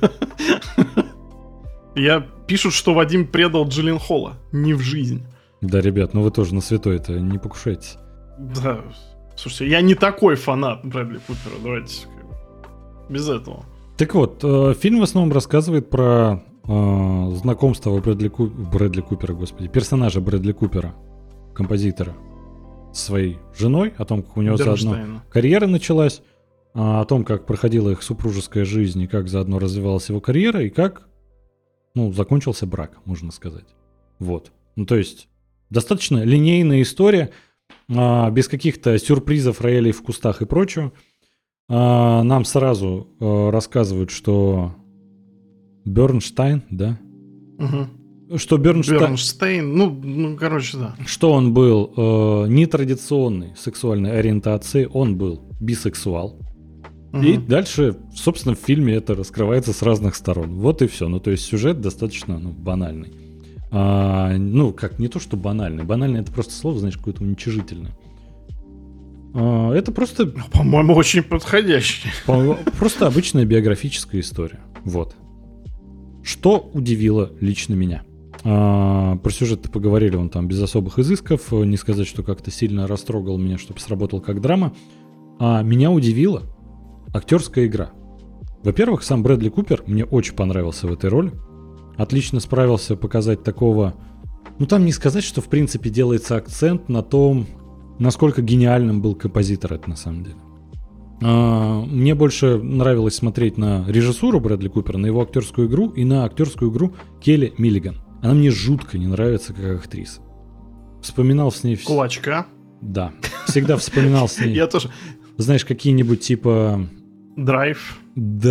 Пишут, что Вадим предал Джилленхола. Не в жизнь. Да, ребят, вы тоже на святое-то не покушайтесь. Да, слушайте, я не такой фанат Брэдли Купера, давайте без этого. Так вот, фильм в основном рассказывает про знакомство Брэдли Купера, персонажа Брэдли Купера, композитора, с своей женой, о том, как у него заодно карьера началась, о том, как проходила их супружеская жизнь, и как заодно развивалась его карьера, и как, закончился брак, можно сказать. Вот. То есть, достаточно линейная история, без каких-то сюрпризов, роялей в кустах и прочего. Нам сразу рассказывают, что Бернштайн, да? Угу. Что Бернштейн, да. Что он был нетрадиционной сексуальной ориентации, он был бисексуал. Угу. И дальше, собственно, в фильме это раскрывается с разных сторон. Вот и все. То есть сюжет достаточно банальный. Не то, что банальный. Банальный — это просто слово, знаешь, какое-то уничижительное. Это просто... По-моему, очень подходящий. Просто обычная биографическая история. Вот. Что удивило лично меня? Про сюжет поговорили, он там без особых изысков. Не сказать, что как-то сильно растрогал меня, чтобы сработал как драма. Меня удивила актерская игра. Во-первых, сам Брэдли Купер мне очень понравился в этой роли. Отлично справился показать такого... там не сказать, что в принципе делается акцент на том, насколько гениальным был композитор это на самом деле. Мне больше нравилось смотреть на режиссуру Брэдли Купера, на его актерскую игру и на актерскую игру Келли Миллиган. Она мне жутко не нравится как актриса. Вспоминал с ней... Кулачка? Да. всегда вспоминал с ней. Я тоже. Знаешь, какие-нибудь типа... Драйв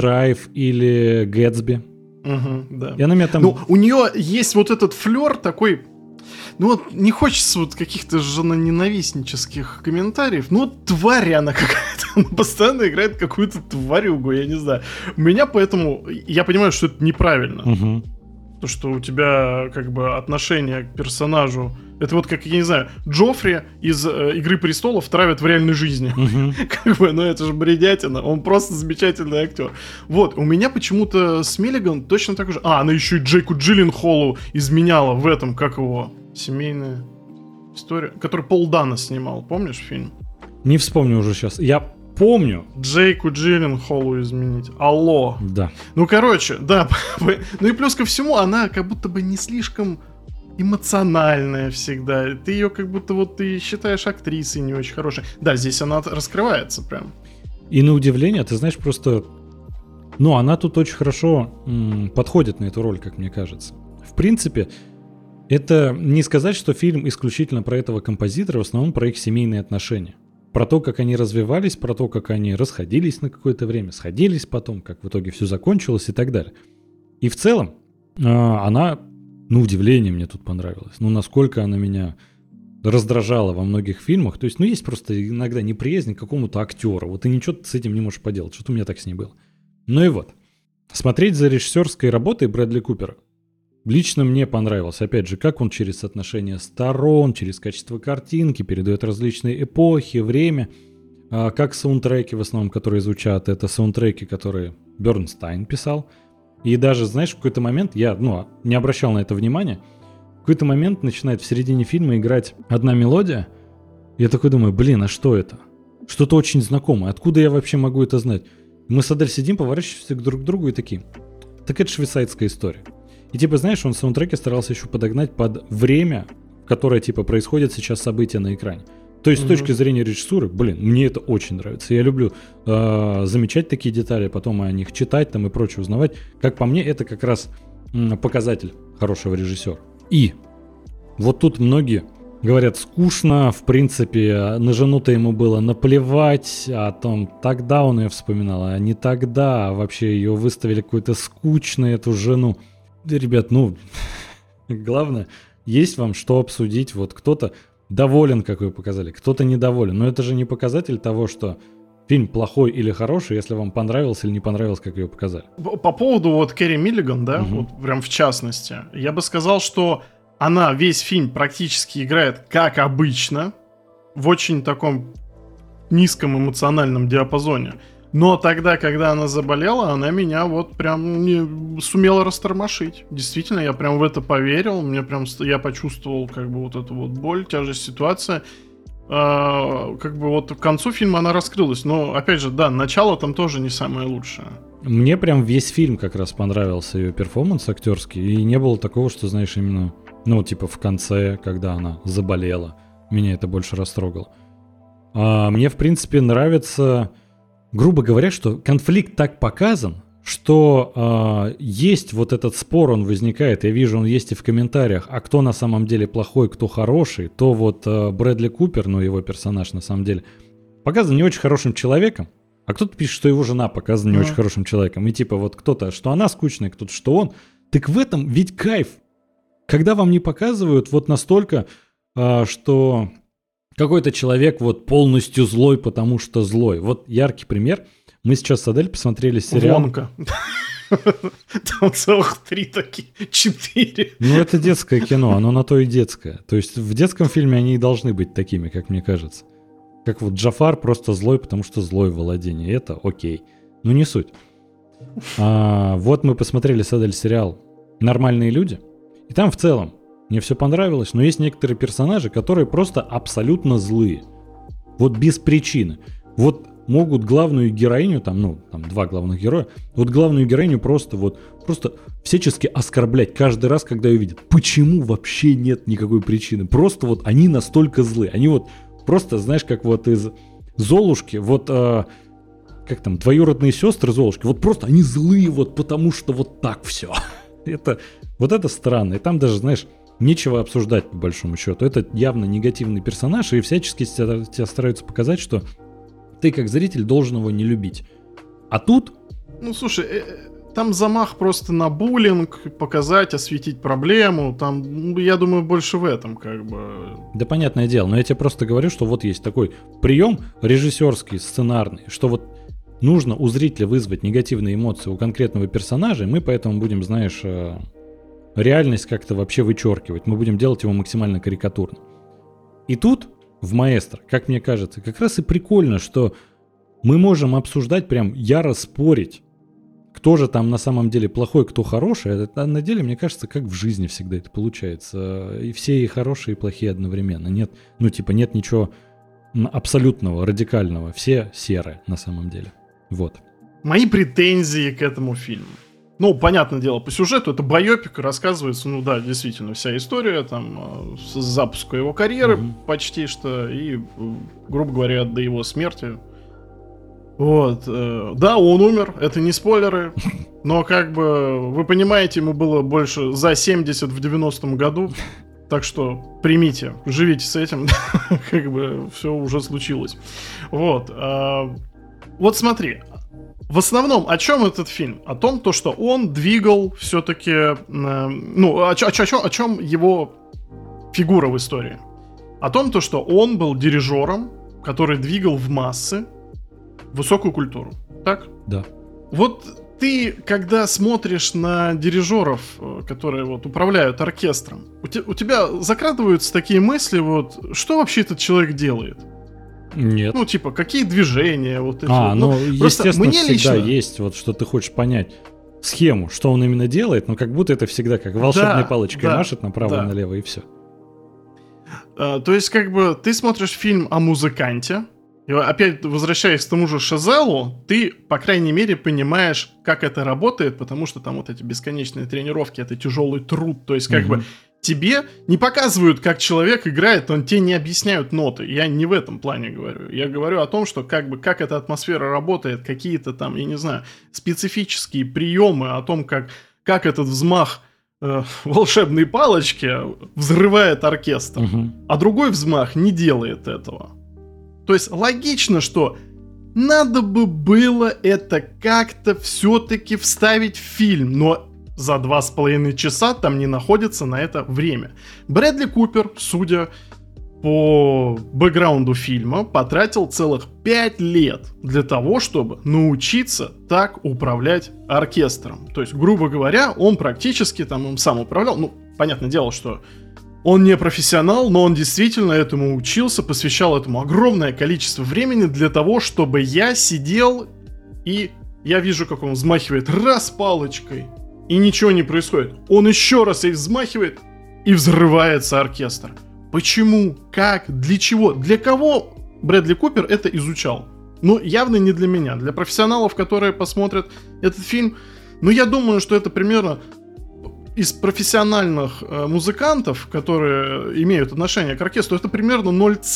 или Гэтсби. Да. И она меня там... Ну, у нее есть вот этот флер такой... Ну вот не хочется вот каких-то женоненавистнических комментариев. Ну вот тварь она какая-то. Она постоянно играет какую-то тварюгу, я не знаю. У меня поэтому... Я понимаю, что это неправильно. То, что у тебя как бы отношение к персонажу... Это вот как, я не знаю, Джоффри из «Игры престолов» травят в реальной жизни. Как бы, ну это же бредятина. Он просто замечательный актер. Вот, у меня почему-то с Миллиган точно так же... она еще и Джейку Джилленхолу изменяла в этом, как его... Семейная история, который Пол Дано снимал, помнишь фильм? Не вспомню уже сейчас. Я помню. Джейку Джилленхолу изменить. Алло. Да. Ну, короче, да. Ну и плюс ко всему, она как будто бы не слишком эмоциональная всегда. Ты ее как будто вот ты считаешь актрисой не очень хорошей. Да, здесь она раскрывается прям. И на удивление, ты знаешь, просто... Ну, она тут очень хорошо подходит на эту роль, как мне кажется. В принципе... Это не сказать, что фильм исключительно про этого композитора, в основном про их семейные отношения. Про то, как они развивались, про то, как они расходились на какое-то время, сходились потом, как в итоге все закончилось и так далее. И в целом она, на удивление, мне тут понравилась. Ну, насколько она меня раздражала во многих фильмах. То есть, ну, есть просто иногда неприязнь к какому-то актеру. Вот ты ничего с этим не можешь поделать. Что-то у меня так с ней было. Ну и вот. Смотреть за режиссерской работой Брэдли Купера лично мне понравилось. Опять же, как он через соотношение сторон, через качество картинки передает различные эпохи, время. Как саундтреки в основном, которые звучат, это саундтреки, которые Бернстайн писал. И даже, знаешь, в какой-то момент, я не обращал на это внимания, в какой-то момент начинает в середине фильма играть одна мелодия. Я такой думаю, блин, а что это? Что-то очень знакомое. Откуда я вообще могу это знать? Мы с Адель сидим, поворачиваемся друг к другу и такие, так это швейцарская история. И типа, знаешь, он в саундтреке старался еще подогнать под время, в которое типа происходит сейчас события на экране. То есть с точки зрения режиссуры, блин, мне это очень нравится. Я люблю замечать такие детали, потом о них читать там и прочее узнавать. Как по мне, это как раз показатель хорошего режиссера. И вот тут многие говорят, скучно, в принципе, на жену-то ему было наплевать, о том, тогда он ее вспоминал, а не тогда, вообще ее выставили какой-то скучной, эту жену. Ребят, главное, есть вам что обсудить. Вот кто-то доволен, как вы показали, кто-то недоволен. Но это же не показатель того, что фильм плохой или хороший, если вам понравился или не понравился, как ее показали. По поводу вот Кэрри Миллиган, да, вот прям в частности, я бы сказал, что она весь фильм практически играет как обычно, в очень таком низком эмоциональном диапазоне. Но тогда, когда она заболела, она меня вот прям не сумела растормошить. Действительно, я прям в это поверил. Я почувствовал как бы вот эту вот боль, тяжесть ситуации. Как бы вот к концу фильма она раскрылась. Но, опять же, да, начало там тоже не самое лучшее. Мне прям весь фильм как раз понравился ее перформанс актерский. И не было такого, что, знаешь, именно, типа в конце, когда она заболела, меня это больше растрогало. Мне, в принципе, нравится... Грубо говоря, что конфликт так показан, что есть вот этот спор, он возникает, я вижу, он есть и в комментариях, а кто на самом деле плохой, кто хороший, то вот Брэдли Купер, его персонаж на самом деле, показан не очень хорошим человеком, а кто-то пишет, что его жена показана не очень хорошим человеком, и типа вот кто-то, что она скучная, кто-то, что он. Так в этом ведь кайф, когда вам не показывают вот настолько, что... Какой-то человек вот полностью злой, потому что злой. Вот яркий пример. Мы сейчас с Адель посмотрели сериал. Вонка. Там целых 3 такие, 4. Это детское кино, оно на то и детское. То есть в детском фильме они и должны быть такими, как мне кажется. Как вот Джафар просто злой, потому что злой в владении. Это окей. Не суть. Вот мы посмотрели с Адель сериал «Нормальные люди». И там в целом мне все понравилось, но есть некоторые персонажи, которые просто абсолютно злые. Вот без причины. Вот могут главную героиню, там 2 главных героя, вот главную героиню просто всячески оскорблять каждый раз, когда ее видят. Почему вообще нет никакой причины? Просто вот они настолько злые. Они вот просто, знаешь, как вот из Золушки, как там, двоюродные сестры Золушки, вот просто они злые вот потому что вот так все. Это странно. И там даже, знаешь, нечего обсуждать по большому счету. Это явно негативный персонаж, и всячески тебя стараются показать, что ты как зритель должен его не любить. А тут... Ну, слушай, там замах просто на буллинг, показать, осветить проблему, там, я думаю, больше в этом, как бы... Да, понятное дело, но я тебе просто говорю, что вот есть такой прием режиссерский, сценарный, что вот нужно у зрителя вызвать негативные эмоции у конкретного персонажа, и мы поэтому будем, знаешь, реальность как-то вообще вычеркивать. Мы будем делать его максимально карикатурно. И тут в «Маэстро», как мне кажется, как раз и прикольно, что мы можем обсуждать, прям яро спорить, кто же там на самом деле плохой, кто хороший. Это на деле, мне кажется, как в жизни всегда это получается. И все и хорошие, и плохие одновременно. Нет, нет ничего абсолютного, радикального. Все серые на самом деле. Вот. Мои претензии к этому фильму. Ну, понятное дело, по сюжету это байопик, рассказывается, ну да, действительно, вся история там с запуска его карьеры почти что и, грубо говоря, до его смерти. Вот. Да, он умер, это не спойлеры, но как бы, вы понимаете, ему было больше за 70 в 90-м году, так что примите, живите с этим, как бы все уже случилось. Вот. Вот смотри. В основном, о чем этот фильм? О том, то, что он двигал все-таки... о чем его фигура в истории? О том, то, что он был дирижером, который двигал в массы высокую культуру. Так? Да. Вот ты, когда смотришь на дирижеров, которые вот управляют оркестром, у тебя закрадываются такие мысли, вот, что вообще этот человек делает? Нет. Ну, типа, какие движения, вот эти. Естественно, мне всегда лично... есть, вот, что ты хочешь понять схему, что он именно делает, но как будто это всегда как волшебной палочкой машет направо и налево, и все. То есть, как бы, ты смотришь фильм о музыканте, и опять, возвращаясь к тому же Шазелу, ты, по крайней мере, понимаешь, как это работает, потому что там вот эти бесконечные тренировки, это тяжелый труд, то есть, как бы, тебе не показывают, как человек играет, он тебе не объясняют ноты. Я не в этом плане говорю. Я говорю о том, что как эта атмосфера работает, какие-то там, я не знаю, специфические приемы, о том, как этот взмах волшебной палочки взрывает оркестр, а другой взмах не делает этого. То есть логично, что надо бы было это как-то все-таки вставить в фильм, но за 2,5 часа там не находится на это время. Брэдли Купер, судя по бэкграунду фильма, потратил целых 5 лет для того, чтобы научиться так управлять оркестром. То есть, грубо говоря, он практически там им сам управлял. Ну, понятное дело, что он не профессионал, но он действительно этому учился, посвящал этому огромное количество времени для того, чтобы я сидел и я вижу, как он взмахивает раз палочкой, и ничего не происходит. Он еще раз ей взмахивает, и взрывается оркестр. Почему? Как? Для чего? Для кого Брэдли Купер это изучал? Ну, явно не для меня. Для профессионалов, которые посмотрят этот фильм, ну, я думаю, что это примерно из профессиональных музыкантов, которые имеют отношение к оркестру, это примерно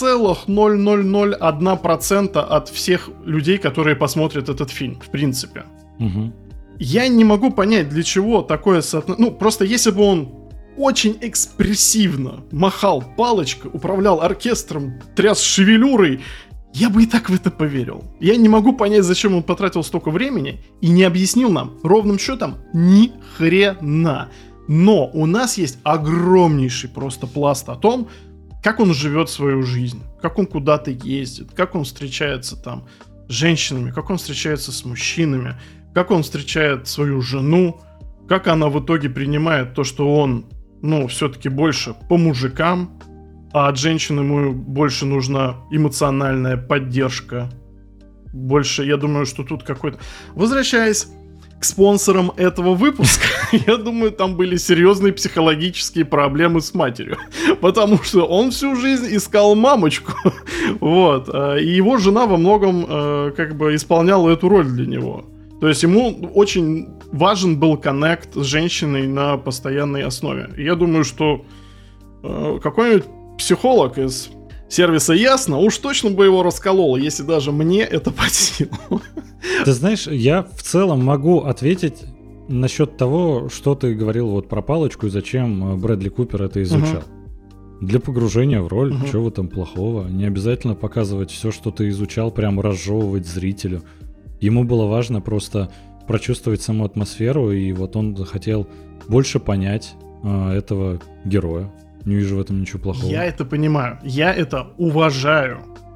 0,0001% от всех людей, которые посмотрят этот фильм, в принципе. Я не могу понять, для чего такое соотношение. Ну, просто если бы он очень экспрессивно махал палочкой, управлял оркестром, тряс шевелюрой, я бы и так в это поверил. Я не могу понять, зачем он потратил столько времени и не объяснил нам ровным счетом ни хрена. Но у нас есть огромнейший просто пласт о том, как он живет свою жизнь, как он куда-то ездит, как он встречается там с женщинами, как он встречается с мужчинами, как он встречает свою жену, как она в итоге принимает то, что он, ну, все-таки больше по мужикам, а от женщин ему больше нужна эмоциональная поддержка. Больше, я думаю, что тут какой-то... Возвращаясь к спонсорам этого выпуска, я думаю, там были серьезные психологические проблемы с матерью. Потому что он всю жизнь искал мамочку. Вот. И его жена во многом как бы исполняла эту роль для него. То есть ему очень важен был коннект с женщиной на постоянной основе. И я думаю, что какой-нибудь психолог из сервиса Ясно уж точно бы его расколол, если даже мне это под силу. Ты знаешь, я в целом могу ответить насчет того, что ты говорил вот про палочку и зачем Брэдли Купер это изучал. Для погружения в роль, что в этом плохого? Не обязательно показывать все, что ты изучал, прям разжевывать зрителю. Ему было важно просто прочувствовать саму атмосферу, и вот он захотел больше понять этого героя. Не вижу в этом ничего плохого. Я это понимаю, я это уважаю.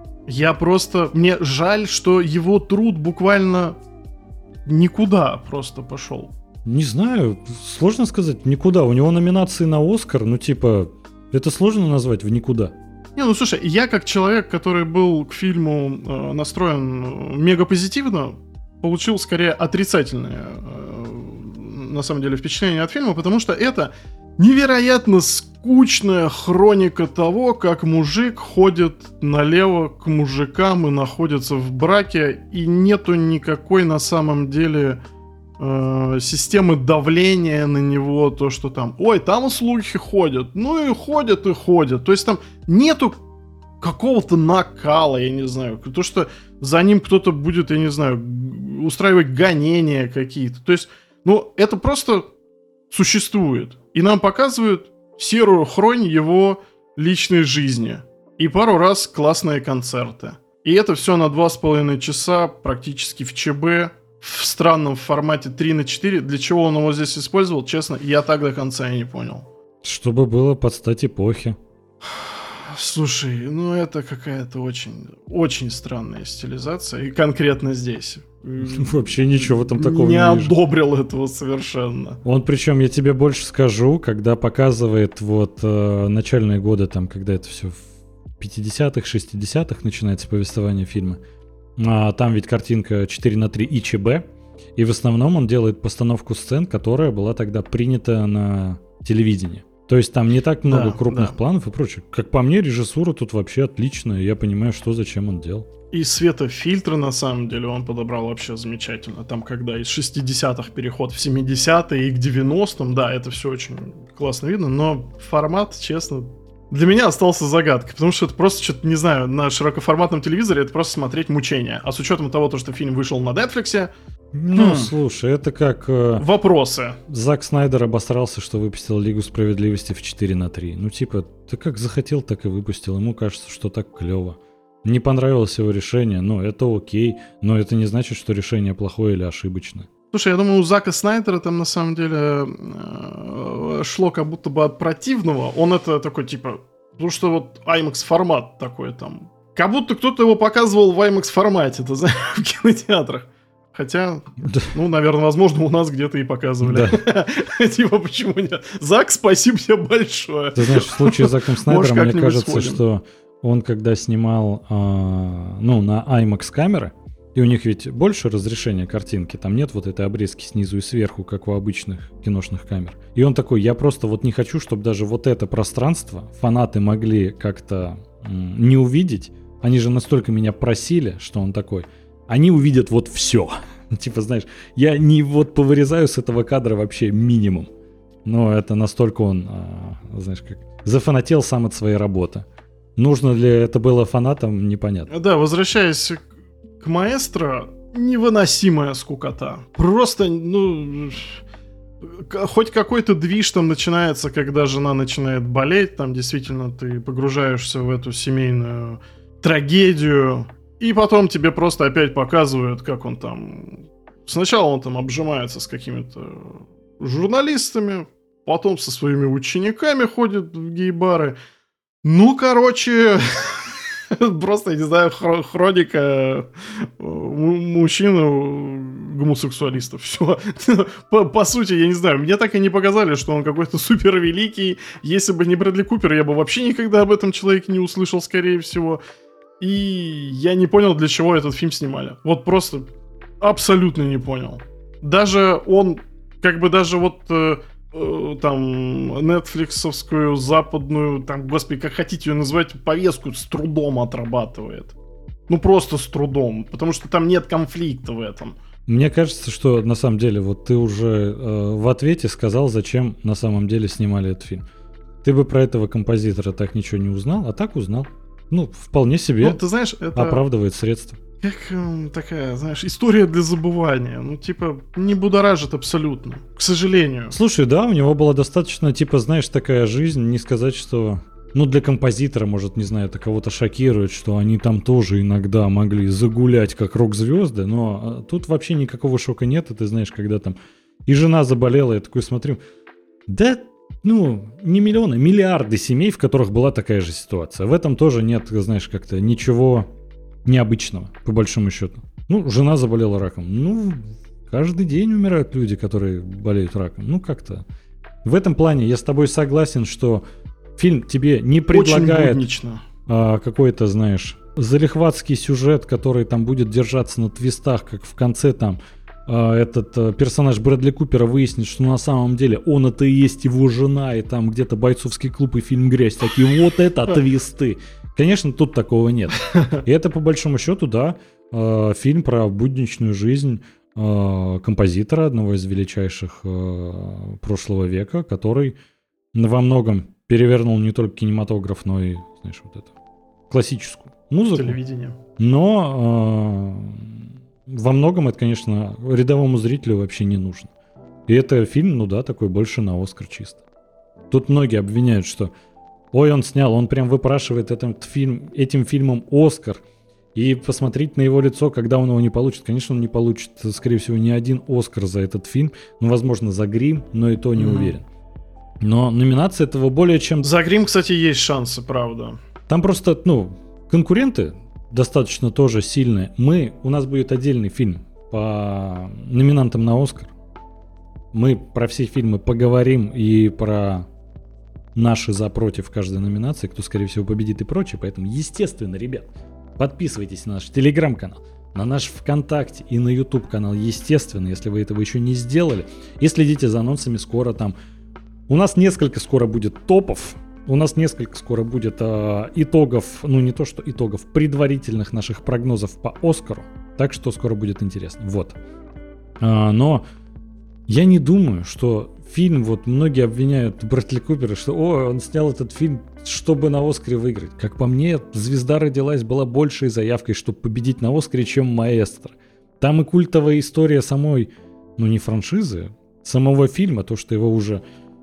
Мне жаль, что его труд буквально никуда просто пошел. Не знаю, сложно сказать никуда. У него номинации на Оскар, это сложно назвать в никуда. Слушай, я как человек, который был к фильму настроен мега позитивно, получил скорее отрицательное, на самом деле, впечатление от фильма, потому что это невероятно скучная хроника того, как мужик ходит налево к мужикам и находится в браке, и нету никакой на самом деле системы давления на него, то, что там, там слухи ходят, и ходят, и ходят. То есть там нету какого-то накала, я не знаю, то, что за ним кто-то будет, я не знаю, устраивать гонения какие-то. То есть, это просто существует. И нам показывают серую хронь его личной жизни. И пару раз классные концерты. И это все на 2,5 часа практически в ЧБ, в странном формате 3:4. Для чего он его здесь использовал, честно, я так до конца и не понял. Чтобы было под стать эпохе. Слушай, это какая-то очень, очень странная стилизация. И конкретно здесь. Вообще ничего в этом такого не одобрил этого совершенно. Он, причем, я тебе больше скажу, когда показывает начальные годы, когда это все в 50-х, 60-х начинается повествование фильма. Там ведь картинка 4:3 и ЧБ, и в основном он делает постановку сцен, которая была тогда принята на телевидении. То есть там не так много крупных планов и прочее. Как по мне, режиссура тут вообще отличная, я понимаю, что зачем он делал. И светофильтры, на самом деле, он подобрал вообще замечательно. Там, когда из 60-х переход в 70-е и к 90-м, это все очень классно видно, но формат, честно, для меня остался загадкой, потому что это просто что-то, не знаю, на широкоформатном телевизоре это просто смотреть мучение. А с учетом того, что фильм вышел на Netflix... слушай, это как... Вопросы. Зак Снайдер обосрался, что выпустил Лигу Справедливости в 4:3. Ты как захотел, так и выпустил. Ему кажется, что так клево. Не понравилось его решение, это окей, но это не значит, что решение плохое или ошибочное. Слушай, я думаю, у Зака Снайдера там на самом деле шло как будто бы от противного. Он это такой, потому что IMAX формат такой там. Как будто кто-то его показывал в IMAX формате, в кинотеатрах. Хотя, наверное, возможно, у нас где-то и показывали. Почему нет? Зак, спасибо тебе большое. Ты знаешь, в случае с Заком Снайдером, мне кажется, что он когда снимал на IMAX камеры, и у них ведь больше разрешения картинки, там нет этой обрезки снизу и сверху, как у обычных киношных камер. И он такой, я просто не хочу, чтобы даже это пространство фанаты могли как-то не увидеть. Они же настолько меня просили, что он такой, они увидят все. Знаешь, я не повырезаю с этого кадра вообще минимум. Но это настолько он, знаешь, как зафанател сам от своей работы. Нужно ли это было фанатам, непонятно. Да, возвращаясь к Маэстро, невыносимая скукота. Просто, хоть какой-то движ там начинается, когда жена начинает болеть, там действительно ты погружаешься в эту семейную трагедию, и потом тебе просто опять показывают, как он там... Сначала он там обжимается с какими-то журналистами, потом со своими учениками ходит в гей-бары. Просто, я не знаю, хроника мужчин-гомосексуалистов. Все. По сути, я не знаю, мне так и не показали, что он какой-то супер великий. Если бы не Брэдли Купер, я бы вообще никогда об этом человеке не услышал, скорее всего. И я не понял, для чего этот фильм снимали. Просто абсолютно не понял. Даже он, там, нетфликсовскую, западную, там, господи, как хотите ее называть, повестку с трудом отрабатывает. Просто с трудом, потому что там нет конфликта в этом. Мне кажется, что на самом деле ты уже в ответе сказал, зачем на самом деле снимали этот фильм. Ты бы про этого композитора так ничего не узнал, а так узнал. Вполне себе ты знаешь, это... оправдывает средства. такая, знаешь, история для забывания. Ну, типа, не будоражит абсолютно, к сожалению. Слушай, да, у него была достаточно, типа, знаешь, такая жизнь, не сказать, что... Ну, для композитора, может, не знаю, это кого-то шокирует, что они там тоже иногда могли загулять как рок-звезды, но тут вообще никакого шока нет, и ты знаешь, когда там и жена заболела, я такой смотрю, да, ну, не миллионы, миллиарды семей, в которых была такая же ситуация. В этом тоже нет, знаешь, как-то ничего необычного, по большому счету. Ну, жена заболела раком. Ну, каждый день умирают люди, которые болеют раком. Ну, как-то. В этом плане я с тобой согласен, что фильм тебе не предлагает какой-то, знаешь, залихватский сюжет, который там будет держаться на твистах, как в конце там этот персонаж Брэдли Купера выяснит, что на самом деле он это и есть его жена, и там где-то бойцовский клуб и фильм «Грязь». Такие вот это твисты. Конечно, тут такого нет. И это, по большому счету, да, фильм про будничную жизнь композитора, одного из величайших прошлого века, который во многом перевернул не только кинематограф, но и, знаешь, вот эту классическую музыку. Телевидение. Но во многом это, конечно, рядовому зрителю вообще не нужно. И это фильм, ну да, такой больше на Оскар чисто. Тут многие обвиняют, что ой, он снял, он прям выпрашивает этим фильмом Оскар. И посмотреть на его лицо, когда он его не получит. Конечно, он не получит, скорее всего, ни один Оскар за этот фильм. Ну, возможно, за «Грим», но и то не уверен. Но номинация этого более чем... За «Грим», кстати, есть шансы, правда. Там просто, ну, конкуренты достаточно тоже сильные. У нас будет отдельный фильм по номинантам на «Оскар». Мы про все фильмы поговорим и про наши за против каждой номинации, кто, скорее всего, победит и прочее. Поэтому, естественно, ребят, подписывайтесь на наш телеграм-канал, на наш ВКонтакте и на YouTube-канал, естественно, если вы этого еще не сделали. И следите за анонсами, скоро там... У нас несколько скоро будет топов, у нас несколько скоро будет итогов, ну не то что итогов, предварительных наших прогнозов по Оскару. Так что скоро будет интересно. Вот. Но я не думаю, что фильм, вот многие обвиняют Брэдли Купера, что он снял этот фильм, чтобы на Оскаре выиграть. Как по мне, «Звезда родилась» была большей заявкой, чтобы победить на Оскаре, чем «Маэстро». Там и культовая история самой, ну не франшизы, самого фильма, то, что его уже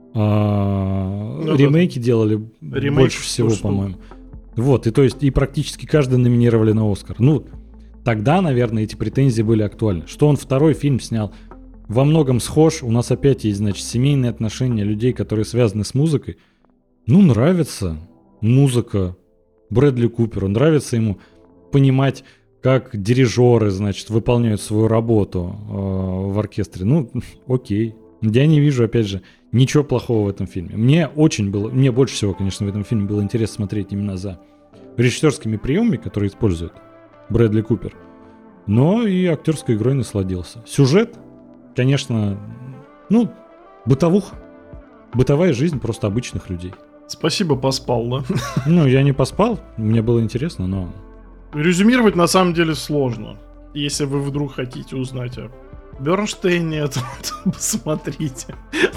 ремейки делали больше всего, по-моему. Вот, и то есть и практически каждый номинировали на Оскар. Ну, тогда, наверное, эти претензии были актуальны. Что он второй фильм снял во многом схож. У нас опять есть, значит, семейные отношения людей, которые связаны с музыкой. Ну, нравится музыка Брэдли Куперу, нравится ему понимать, как дирижеры, значит, выполняют свою работу в оркестре. Ну, окей. Я не вижу, опять же, ничего плохого в этом фильме. Мне больше всего, конечно, в этом фильме было интересно смотреть именно за режиссерскими приемами, которые использует Брэдли Купер. Но и актерской игрой насладился. Сюжет, конечно, ну, бытовуха. Бытовая жизнь просто обычных людей. Спасибо, поспал, да? Ну, я не поспал, мне было интересно, но... Резюмировать на самом деле сложно. Если вы вдруг хотите узнать о Бернштейне, то посмотрите.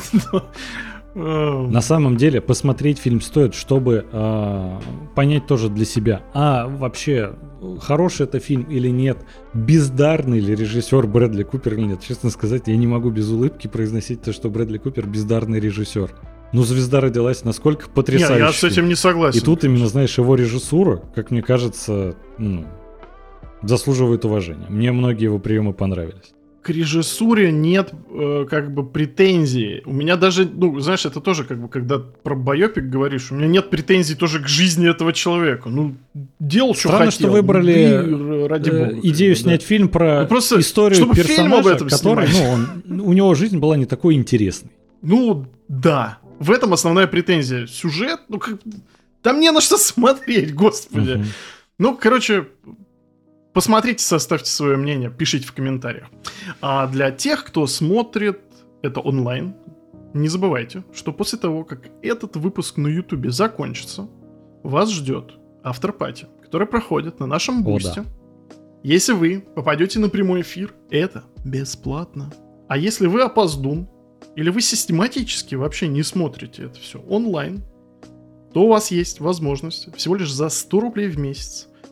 На самом деле, посмотреть фильм стоит, чтобы понять тоже для себя, вообще, хороший это фильм или нет, бездарный ли режиссер Брэдли Купер или нет. Честно сказать, я не могу без улыбки произносить то, что Брэдли Купер бездарный режиссер. Ну, «Звезда родилась» насколько потрясающий. Я с этим не согласен. И тут именно, знаешь, его режиссура, как мне кажется, заслуживает уважения. Мне многие его приемы понравились. К режиссуре нет как бы претензий. У меня даже, ну, знаешь, это тоже как бы, когда про байопик говоришь, у меня нет претензий тоже к жизни этого человека. Ну, делал, что хотел. Странно, что выбрали ради бога, идею снять фильм про историю персонажа, который, у него жизнь была не такой интересной. Ну, да. В этом основная претензия. Сюжет, там не на что смотреть, господи. Ну, короче... Посмотрите, составьте свое мнение, пишите в комментариях. А для тех, кто смотрит это онлайн, не забывайте, что после того, как этот выпуск на Ютубе закончится, вас ждет автор-пати, который проходит на нашем бусте. Да. Если вы попадете на прямой эфир, это бесплатно. А если вы опоздун, или вы систематически вообще не смотрите это все онлайн, то у вас есть возможность всего лишь за 100 рублей в месяц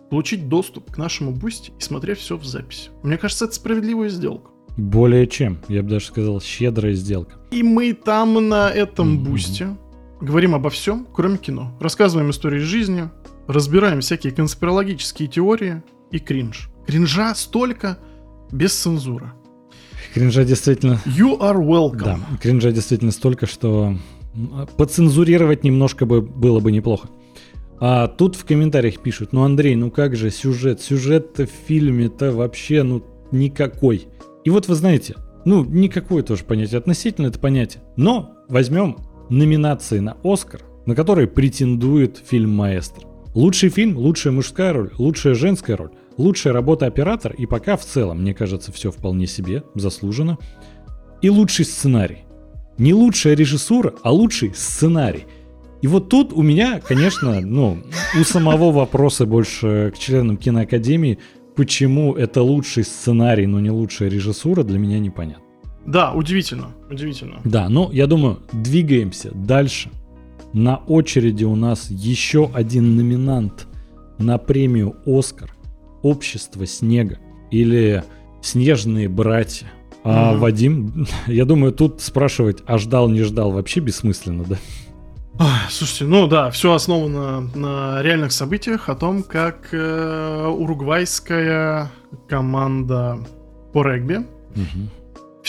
получить доступ к нашему бусте и смотреть все в записи. Мне кажется, это справедливая сделка. Более чем, я бы даже сказал, щедрая сделка. И мы там на этом бусте говорим обо всем, кроме кино. Рассказываем истории жизни, разбираем всякие конспирологические теории и кринж. Кринжа столько без цензуры. Кринжа действительно... You are welcome. Да, кринжа действительно столько, что поцензурировать немножко было бы неплохо. А тут в комментариях пишут: ну, Андрей, ну как же сюжет? Сюжет-то в фильме-то вообще, ну, никакой. И вот вы знаете, ну, никакое тоже понятие, относительно это понятие. Но возьмем номинации на Оскар, на которые претендует фильм «Маэстро». Лучший фильм, лучшая мужская роль, лучшая женская роль, лучшая работа оператора, и пока в целом, мне кажется, все вполне себе заслуженно. И лучший сценарий. Не лучшая режиссура, а лучший сценарий. И вот тут у меня, конечно, ну, у самого вопроса больше к членам киноакадемии, почему это лучший сценарий, но не лучшая режиссура, для меня непонятно. Да, удивительно, удивительно. Да, ну, я думаю, двигаемся дальше. На очереди у нас еще один номинант на премию «Оскар». «Общество снега» или «Снежные братья». А Вадим, я думаю, тут спрашивать, а ждал, не ждал, вообще бессмысленно, да? Слушайте, ну да, все основано на реальных событиях, о том, как уругвайская команда по регби в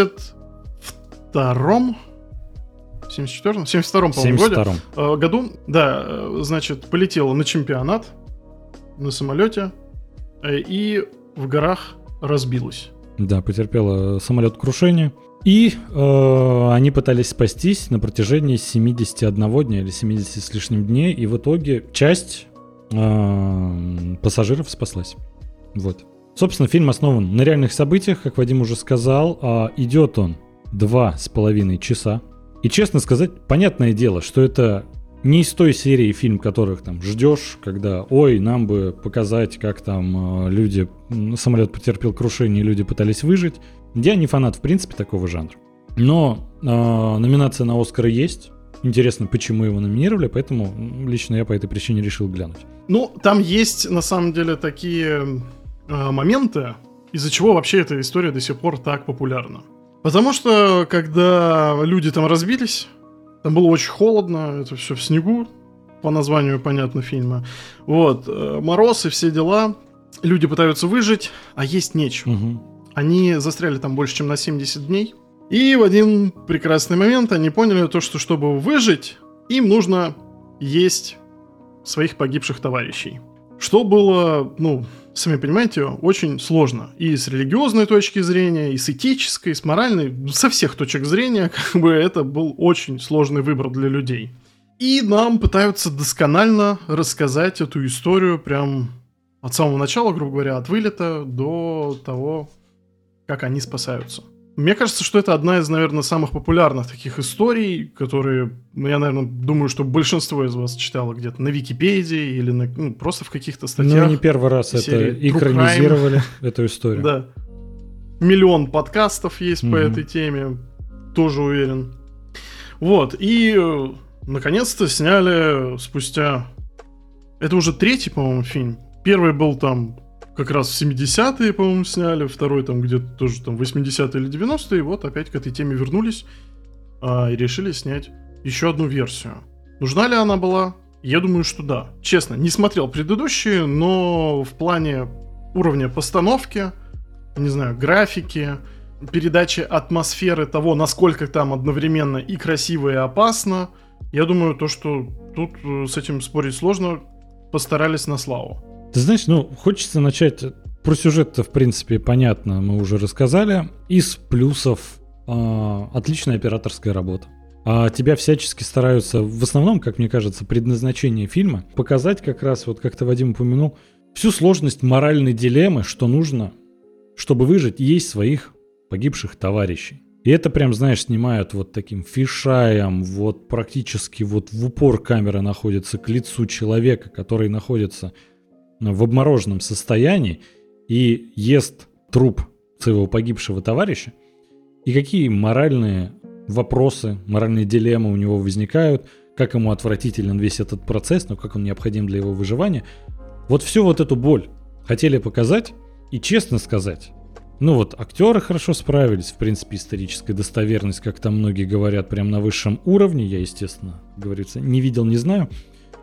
72-м, по-моему, году, да, значит, полетела на чемпионат на самолете и в горах разбилась. Да, потерпела самолет-крушение. И они пытались спастись на протяжении 71 дня или 70 с лишним дней. И в итоге часть пассажиров спаслась. Вот. Собственно, фильм основан на реальных событиях, как Вадим уже сказал. Идет он 2,5 часа. И, честно сказать, понятное дело, что это не из той серии фильм, которых там ждешь, когда, ой, нам бы показать, как там самолет потерпел крушение, и люди пытались выжить. Я не фанат, в принципе, такого жанра. Но номинация на Оскар есть. Интересно, почему его номинировали, поэтому лично я по этой причине решил глянуть. Ну, там есть, на самом деле, такие моменты, из-за чего вообще эта история до сих пор так популярна. Потому что, когда люди там разбились, там было очень холодно, это все в снегу, по названию, понятно, фильма. Вот, мороз и все дела. Люди пытаются выжить, а есть нечего. Они застряли там больше, чем на 70 дней. И в один прекрасный момент они поняли то, что чтобы выжить, им нужно есть своих погибших товарищей. Что было, ну, сами понимаете, очень сложно. И с религиозной точки зрения, и с этической, и с моральной, со всех точек зрения, как бы это был очень сложный выбор для людей. И нам пытаются досконально рассказать эту историю прям от самого начала, грубо говоря, от вылета до того, как они спасаются. Мне кажется, что это одна из, наверное, самых популярных таких историй, которые, я, наверное, думаю, что большинство из вас читало где-то на Википедии или просто в каких-то статьях. Ну, не первый раз это экранизировали, эту историю. Да. Миллион подкастов есть по этой теме, тоже уверен. Вот, и наконец-то сняли спустя... Это уже третий, по-моему, фильм. Первый был там... Как раз в 70-е, по-моему, сняли. Второй там где-то тоже там 80-е или 90-е. И вот опять к этой теме вернулись и решили снять еще одну версию. Нужна ли она была? Я думаю, что да. Честно, не смотрел предыдущие, но в плане уровня постановки, не знаю, графики, передачи атмосферы того, насколько там одновременно и красиво, и опасно, я думаю, то, что тут с этим спорить сложно, постарались на славу. Ты знаешь, хочется начать... Про сюжет-то, в принципе, понятно, мы уже рассказали. Из плюсов отличная операторская работа. Тебя всячески стараются, в основном, как мне кажется, предназначение фильма, показать как раз, вот как-то Вадим упомянул, всю сложность моральной дилеммы, что нужно, чтобы выжить, есть своих погибших товарищей. И это прям, знаешь, снимают вот таким фишаем, вот практически вот в упор камера находится к лицу человека, который находится... в обмороженном состоянии и ест труп своего погибшего товарища, и какие моральные вопросы, моральные дилеммы у него возникают, как ему отвратителен весь этот процесс, но как он необходим для его выживания. Вот всю вот эту боль хотели показать, и честно сказать, ну вот актеры хорошо справились, в принципе, историческая достоверность, как там многие говорят, прям на высшем уровне, я, естественно, говорится, не видел, не знаю,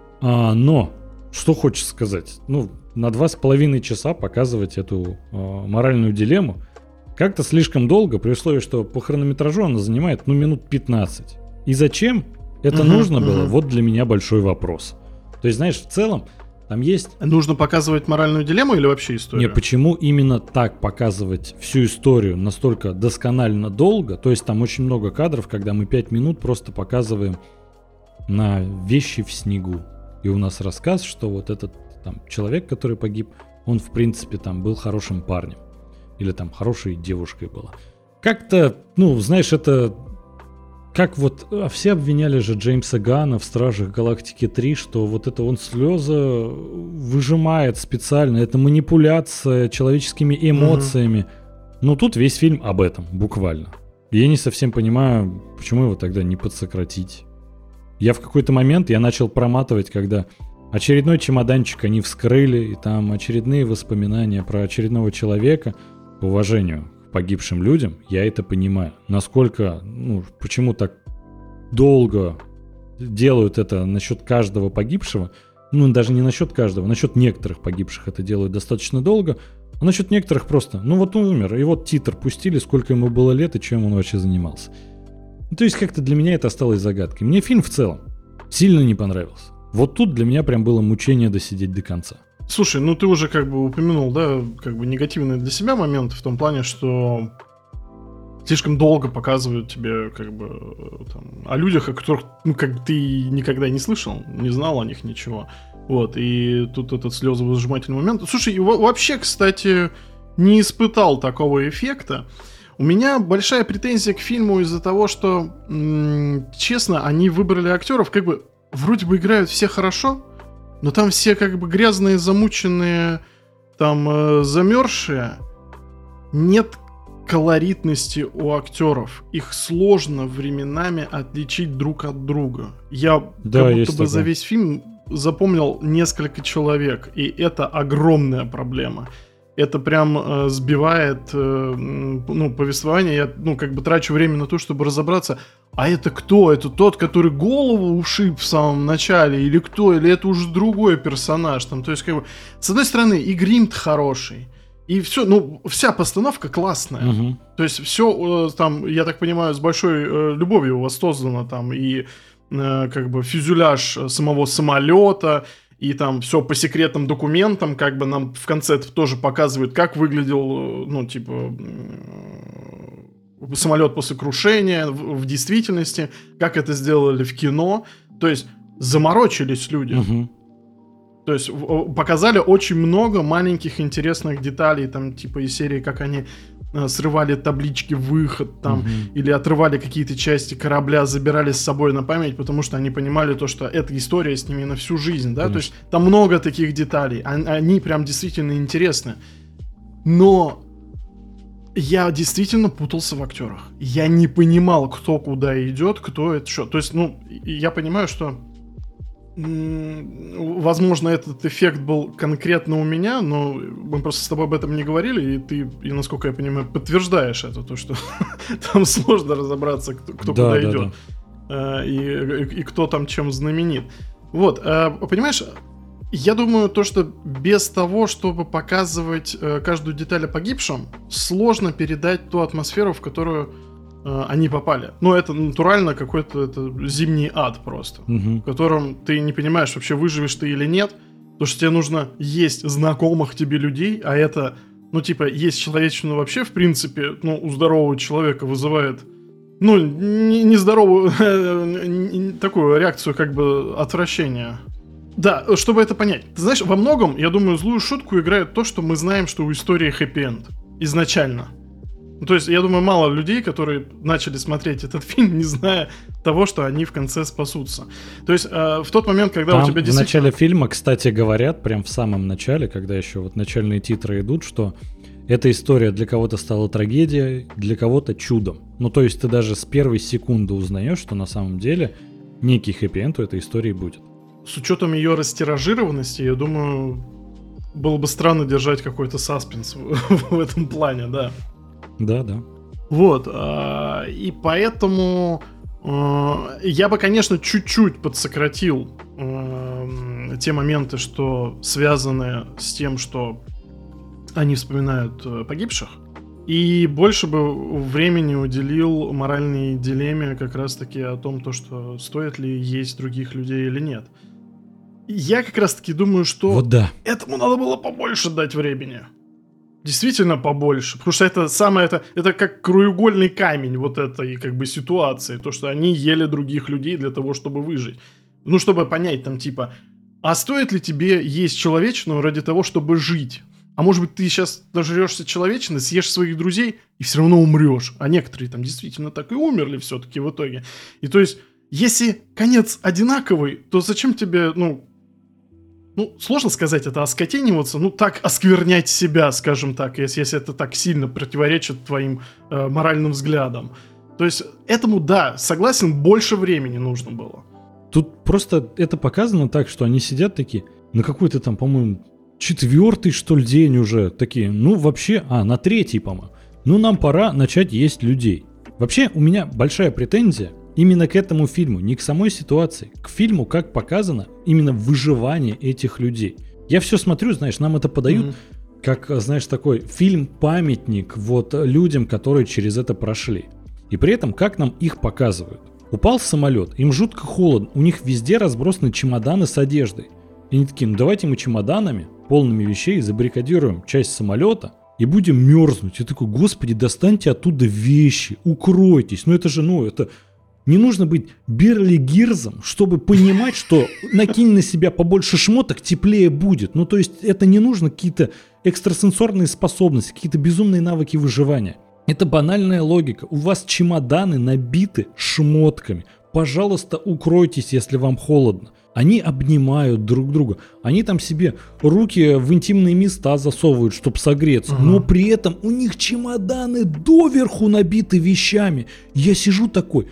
но что хочется сказать, ну, на 2,5 часа показывать эту моральную дилемму как-то слишком долго, при условии, что по хронометражу она занимает, ну, минут 15. И зачем это нужно было, вот для меня большой вопрос. То есть, знаешь, в целом, там есть... Нужно показывать моральную дилемму или вообще историю? Не, почему именно так показывать всю историю настолько досконально долго? То есть там очень много кадров, когда мы 5 минут просто показываем на вещи в снегу. И у нас рассказ, что вот этот там человек, который погиб, он в принципе там был хорошим парнем. Или там хорошей девушкой была. Как-то, ну, знаешь, это... Как вот, все обвиняли же Джеймса Ганна в «Стражах Галактики 3», что вот это он слезы выжимает специально, это манипуляция человеческими эмоциями. Но тут весь фильм об этом, буквально. И я не совсем понимаю, почему его тогда не подсократить. Я в какой-то момент, я начал проматывать, когда очередной чемоданчик они вскрыли, и там очередные воспоминания про очередного человека, по уважению к погибшим людям, я это понимаю. Насколько, ну, почему так долго делают это насчет каждого погибшего, ну, даже не насчет каждого, насчет некоторых погибших это делают достаточно долго, а насчет некоторых просто, ну, вот он умер, и вот титр пустили, сколько ему было лет и чем он вообще занимался. Ну, то есть как-то для меня это осталось загадкой. Мне фильм в целом сильно не понравился. Вот тут для меня прям было мучение досидеть до конца. Слушай, ну ты уже как бы упомянул, да, как бы негативный для себя момент в том плане, что слишком долго показывают тебе как бы там, о людях, о которых, ну, как бы ты никогда не слышал, не знал о них ничего. Вот, и тут этот слезовыжимательный момент. Слушай, вообще, кстати, не испытал такого эффекта. У меня большая претензия к фильму из-за того, что, честно, они выбрали актеров, как бы вроде бы играют все хорошо, но там все как бы грязные, замученные, там замерзшие. Нет колоритности у актеров. Их сложно временами отличить друг от друга. Я как будто бы за весь фильм запомнил несколько человек, и это огромная проблема. Это прям сбивает повествование. Я как бы трачу время на то, чтобы разобраться, а это кто? Это тот, который голову ушиб в самом начале? Или кто? Или это уже другой персонаж? Там, то есть, как бы, с одной стороны, и грим хороший, и все, ну, вся постановка классная. Угу. То есть, все там, я так понимаю, с большой любовью воссоздано там, и как бы фюзеляж самого самолета, и там все по секретным документам, как бы нам в конце тоже показывают, как выглядел, ну, типа, самолет после крушения в действительности, как это сделали в кино. То есть заморочились люди. Угу. То есть показали очень много маленьких интересных деталей, там, типа, из серии, как они срывали таблички «выход» там, или отрывали какие-то части корабля, забирали с собой на память, потому что они понимали то, что эта история с ними на всю жизнь, да, то есть там много таких деталей, они прям действительно интересны. Но я действительно путался в актерах. Я не понимал, кто куда идет, кто это что. То есть, ну, я понимаю, что возможно, этот эффект был конкретно у меня, но мы просто с тобой об этом не говорили, и ты, и, насколько я понимаю, подтверждаешь это, то, что там сложно разобраться, кто куда идет, и кто там чем знаменит. Вот, понимаешь, я думаю, то, что без того, чтобы показывать каждую деталь о погибшем, сложно передать ту атмосферу, в которую они попали. Ну, это натурально какой-то зимний ад просто, в котором ты не понимаешь, вообще выживешь ты или нет, потому что тебе нужно есть знакомых тебе людей, а это, ну, типа, есть человечину вообще, в принципе, ну, у здорового человека вызывает, ну, нездоровую такую реакцию, как бы, отвращения. Да, чтобы это понять. Ты знаешь, во многом, я думаю, злую шутку играет то, что мы знаем, что у истории хэппи-энд изначально. То есть, я думаю, мало людей, которые начали смотреть этот фильм, не зная того, что они в конце спасутся. То есть, в тот момент, когда там у тебя действительно... в начале фильма, кстати, говорят, прям в самом начале, когда еще вот начальные титры идут, что эта история для кого-то стала трагедией, для кого-то чудом. Ну, то есть, ты даже с первой секунды узнаешь, что на самом деле некий хэппи-энд у этой истории будет. С учетом ее растиражированности, я думаю... было бы странно держать какой-то саспенс в этом плане, да. Да, да. Вот, и поэтому я бы, конечно, чуть-чуть подсократил те моменты, что связаны с тем, что они вспоминают погибших, и больше бы времени уделил моральной дилемме как раз-таки о том, то, что стоит ли есть других людей или нет. Я как раз-таки думаю, что Вот да. этому надо было побольше дать времени. Действительно побольше. Потому что это как краеугольный камень вот этой как бы ситуации. То, что они ели других людей для того, чтобы выжить. Ну, чтобы понять там типа, а стоит ли тебе есть человечину ради того, чтобы жить? А может быть, ты сейчас нажрешься человечины, съешь своих друзей и все равно умрешь. А некоторые там действительно так и умерли все-таки в итоге. И то есть, если конец одинаковый, то зачем тебе, сложно сказать это, оскотиниваться, так осквернять себя, скажем так, если это так сильно противоречит твоим моральным взглядам. То есть, этому, да, согласен, больше времени нужно было. Тут просто это показано так, что они сидят такие, на какой-то там, по-моему, 4-й, что ли, день уже, такие, вообще, на 3-й, по-моему. Нам пора начать есть людей. Вообще, у меня большая претензия именно к этому фильму, не к самой ситуации, к фильму, как показано именно выживание этих людей. Я все смотрю, знаешь, нам это подают, как, знаешь, такой фильм-памятник вот людям, которые через это прошли. И при этом, как нам их показывают. Упал самолет, им жутко холодно, у них везде разбросаны чемоданы с одеждой. И они такие, давайте мы чемоданами, полными вещей, забаррикадируем часть самолета и будем мерзнуть. Я такой, господи, достаньте оттуда вещи, укройтесь. Это же, это... Не нужно быть Берли Гирзом, чтобы понимать, что накинь на себя побольше шмоток, теплее будет. То есть это не нужно какие-то экстрасенсорные способности, какие-то безумные навыки выживания. Это банальная логика. У вас чемоданы набиты шмотками. Пожалуйста, укройтесь, если вам холодно. Они обнимают друг друга. Они там себе руки в интимные места засовывают, чтобы согреться. Но при этом у них чемоданы доверху набиты вещами. Я сижу такой...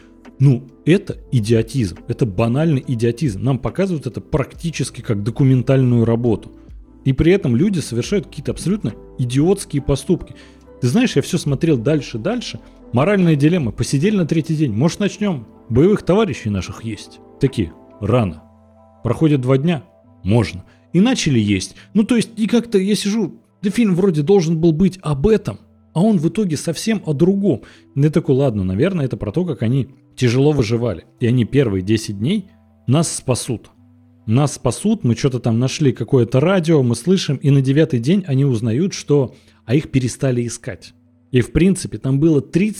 это идиотизм. Это банальный идиотизм. Нам показывают это практически как документальную работу. И при этом люди совершают какие-то абсолютно идиотские поступки. Ты знаешь, я все смотрел дальше. Моральная дилемма. Посидели на 3-й день. Может, начнем? Боевых товарищей наших есть. Такие, рано. Проходит 2 дня? Можно. И начали есть. То есть, и как-то я сижу, да фильм вроде должен был быть об этом, а он в итоге совсем о другом. Я такой, ладно, наверное, это про то, как они тяжело выживали. И они первые 10 дней нас спасут. Нас спасут, мы что-то там нашли, какое-то радио, мы слышим, и на 9-й день они узнают, что их перестали искать. И в принципе там было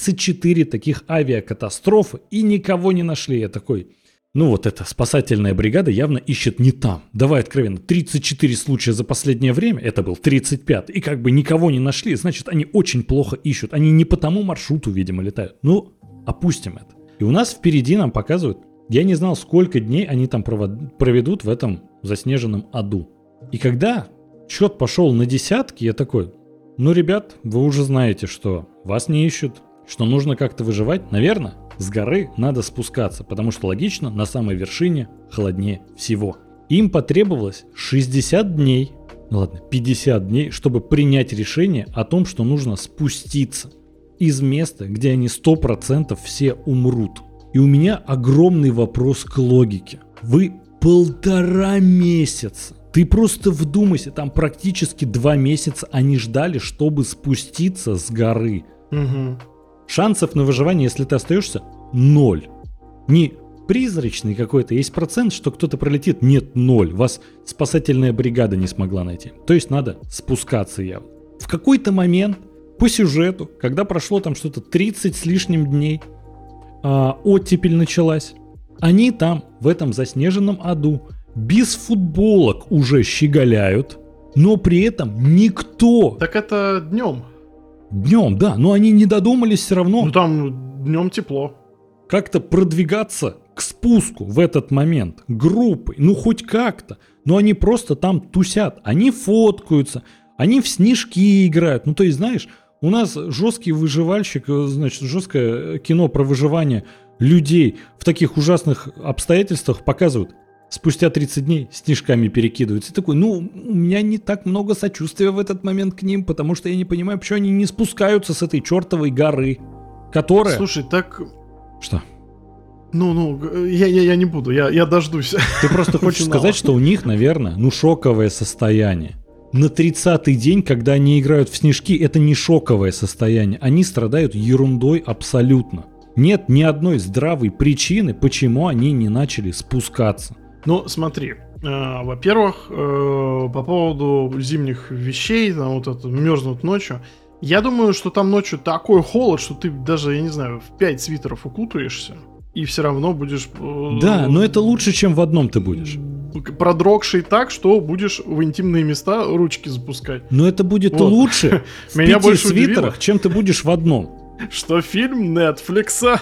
34 таких авиакатастрофы, и никого не нашли. Я такой, эта спасательная бригада явно ищет не там. Давай откровенно, 34 случая за последнее время, это был 35-й, и как бы никого не нашли, значит они очень плохо ищут. Они не по тому маршруту, видимо, летают. Опустим это. И у нас впереди нам показывают, я не знал, сколько дней они там проведут в этом заснеженном аду. И когда счет пошел на десятки, я такой, ребят, вы уже знаете, что вас не ищут, что нужно как-то выживать. Наверное, с горы надо спускаться, потому что логично, на самой вершине холоднее всего. Им потребовалось 60 дней, 50 дней, чтобы принять решение о том, что нужно спуститься из места, где они 100% все умрут. И у меня огромный вопрос к логике. Вы 1,5 месяца, ты просто вдумайся, там практически 2 месяца они ждали, чтобы спуститься с горы. Шансов на выживание, если ты остаешься, 0. Не призрачный какой-то, есть процент, что кто-то пролетит. Нет, 0. Вас спасательная бригада не смогла найти. То есть надо спускаться явно. В какой-то момент по сюжету, когда прошло там что-то 30 с лишним дней, оттепель началась, они там в этом заснеженном аду без футболок уже щеголяют, но при этом никто... Так это днем. Днем, да, но они не додумались все равно. Там днем тепло. Как-то продвигаться к спуску в этот момент группой, хоть как-то. Но они просто там тусят, они фоткаются, они в снежки играют. То есть, знаешь, у нас жесткий выживальщик, значит, жесткое кино про выживание людей в таких ужасных обстоятельствах показывают спустя 30 дней снежками перекидываются. И такой, у меня не так много сочувствия в этот момент к ним, потому что я не понимаю, почему они не спускаются с этой чертовой горы, которая... Слушай, так... Что? Я не буду, я дождусь. Ты просто хочешь сказать, что у них, наверное, шоковое состояние. На 30-й день, когда они играют в снежки, это не шоковое состояние. Они страдают ерундой абсолютно. Нет ни одной здравой причины, почему они не начали спускаться. Ну, смотри, во-первых, по поводу зимних вещей, там вот это мерзнут ночью, я думаю, что там ночью такой холод, что ты даже, я не знаю, в 5 свитеров укутаешься, и все равно будешь... Да, но это лучше, чем в одном ты будешь. Продрогший так, что будешь в интимные места ручки запускать. Но это будет лучше в 5 свитерах, чем ты будешь в одном. Что фильм Netflix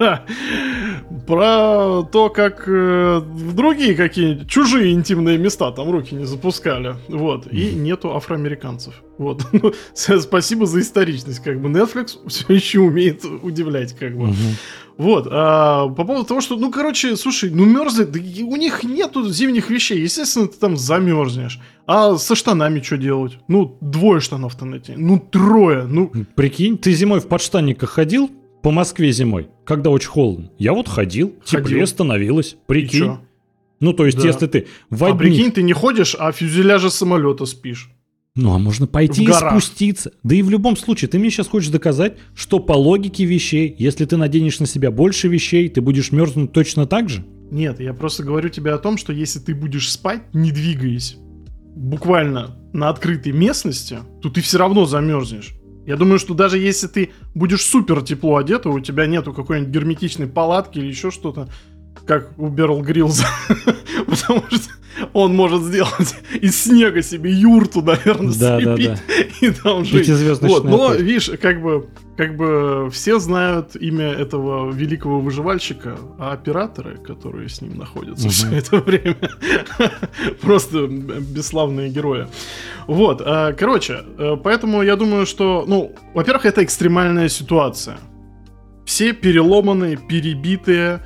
про то, как в другие какие-нибудь чужие интимные места там руки не запускали. Вот. И нету афроамериканцев. Вот. Спасибо за историчность. Как бы Netflix все еще умеет удивлять. Как бы. Вот. По поводу того, что, слушай, мерзнет, да у них нету зимних вещей. Естественно, ты там замерзнешь. А со штанами что делать? 2 штанов-то найти. 3. Прикинь, ты зимой в подштанниках ходил по Москве зимой, когда очень холодно? Я вот ходил. Теплее становилось. Прикинь. То есть, если ты в одних... прикинь, ты не ходишь, а в фюзеляже самолета спишь. А можно пойти и спуститься. Да и в любом случае, ты мне сейчас хочешь доказать, что по логике вещей, если ты наденешь на себя больше вещей, ты будешь мерзнуть точно так же? Нет, я просто говорю тебе о том, что если ты будешь спать, не двигаясь, буквально на открытой местности, то ты все равно замерзнешь. Я думаю, что даже если ты будешь супер тепло одет, у тебя нету какой-нибудь герметичной палатки или еще что-то, как у Берл Гриллза, потому что он может сделать из снега себе юрту, наверное, слепить и там жить. Вот. Но, видишь, как бы все знают имя этого великого выживальщика, а операторы, которые с ним находятся все это время, просто бесславные герои. Вот, короче, поэтому я думаю, что, во-первых, это экстремальная ситуация. Все переломанные, перебитые,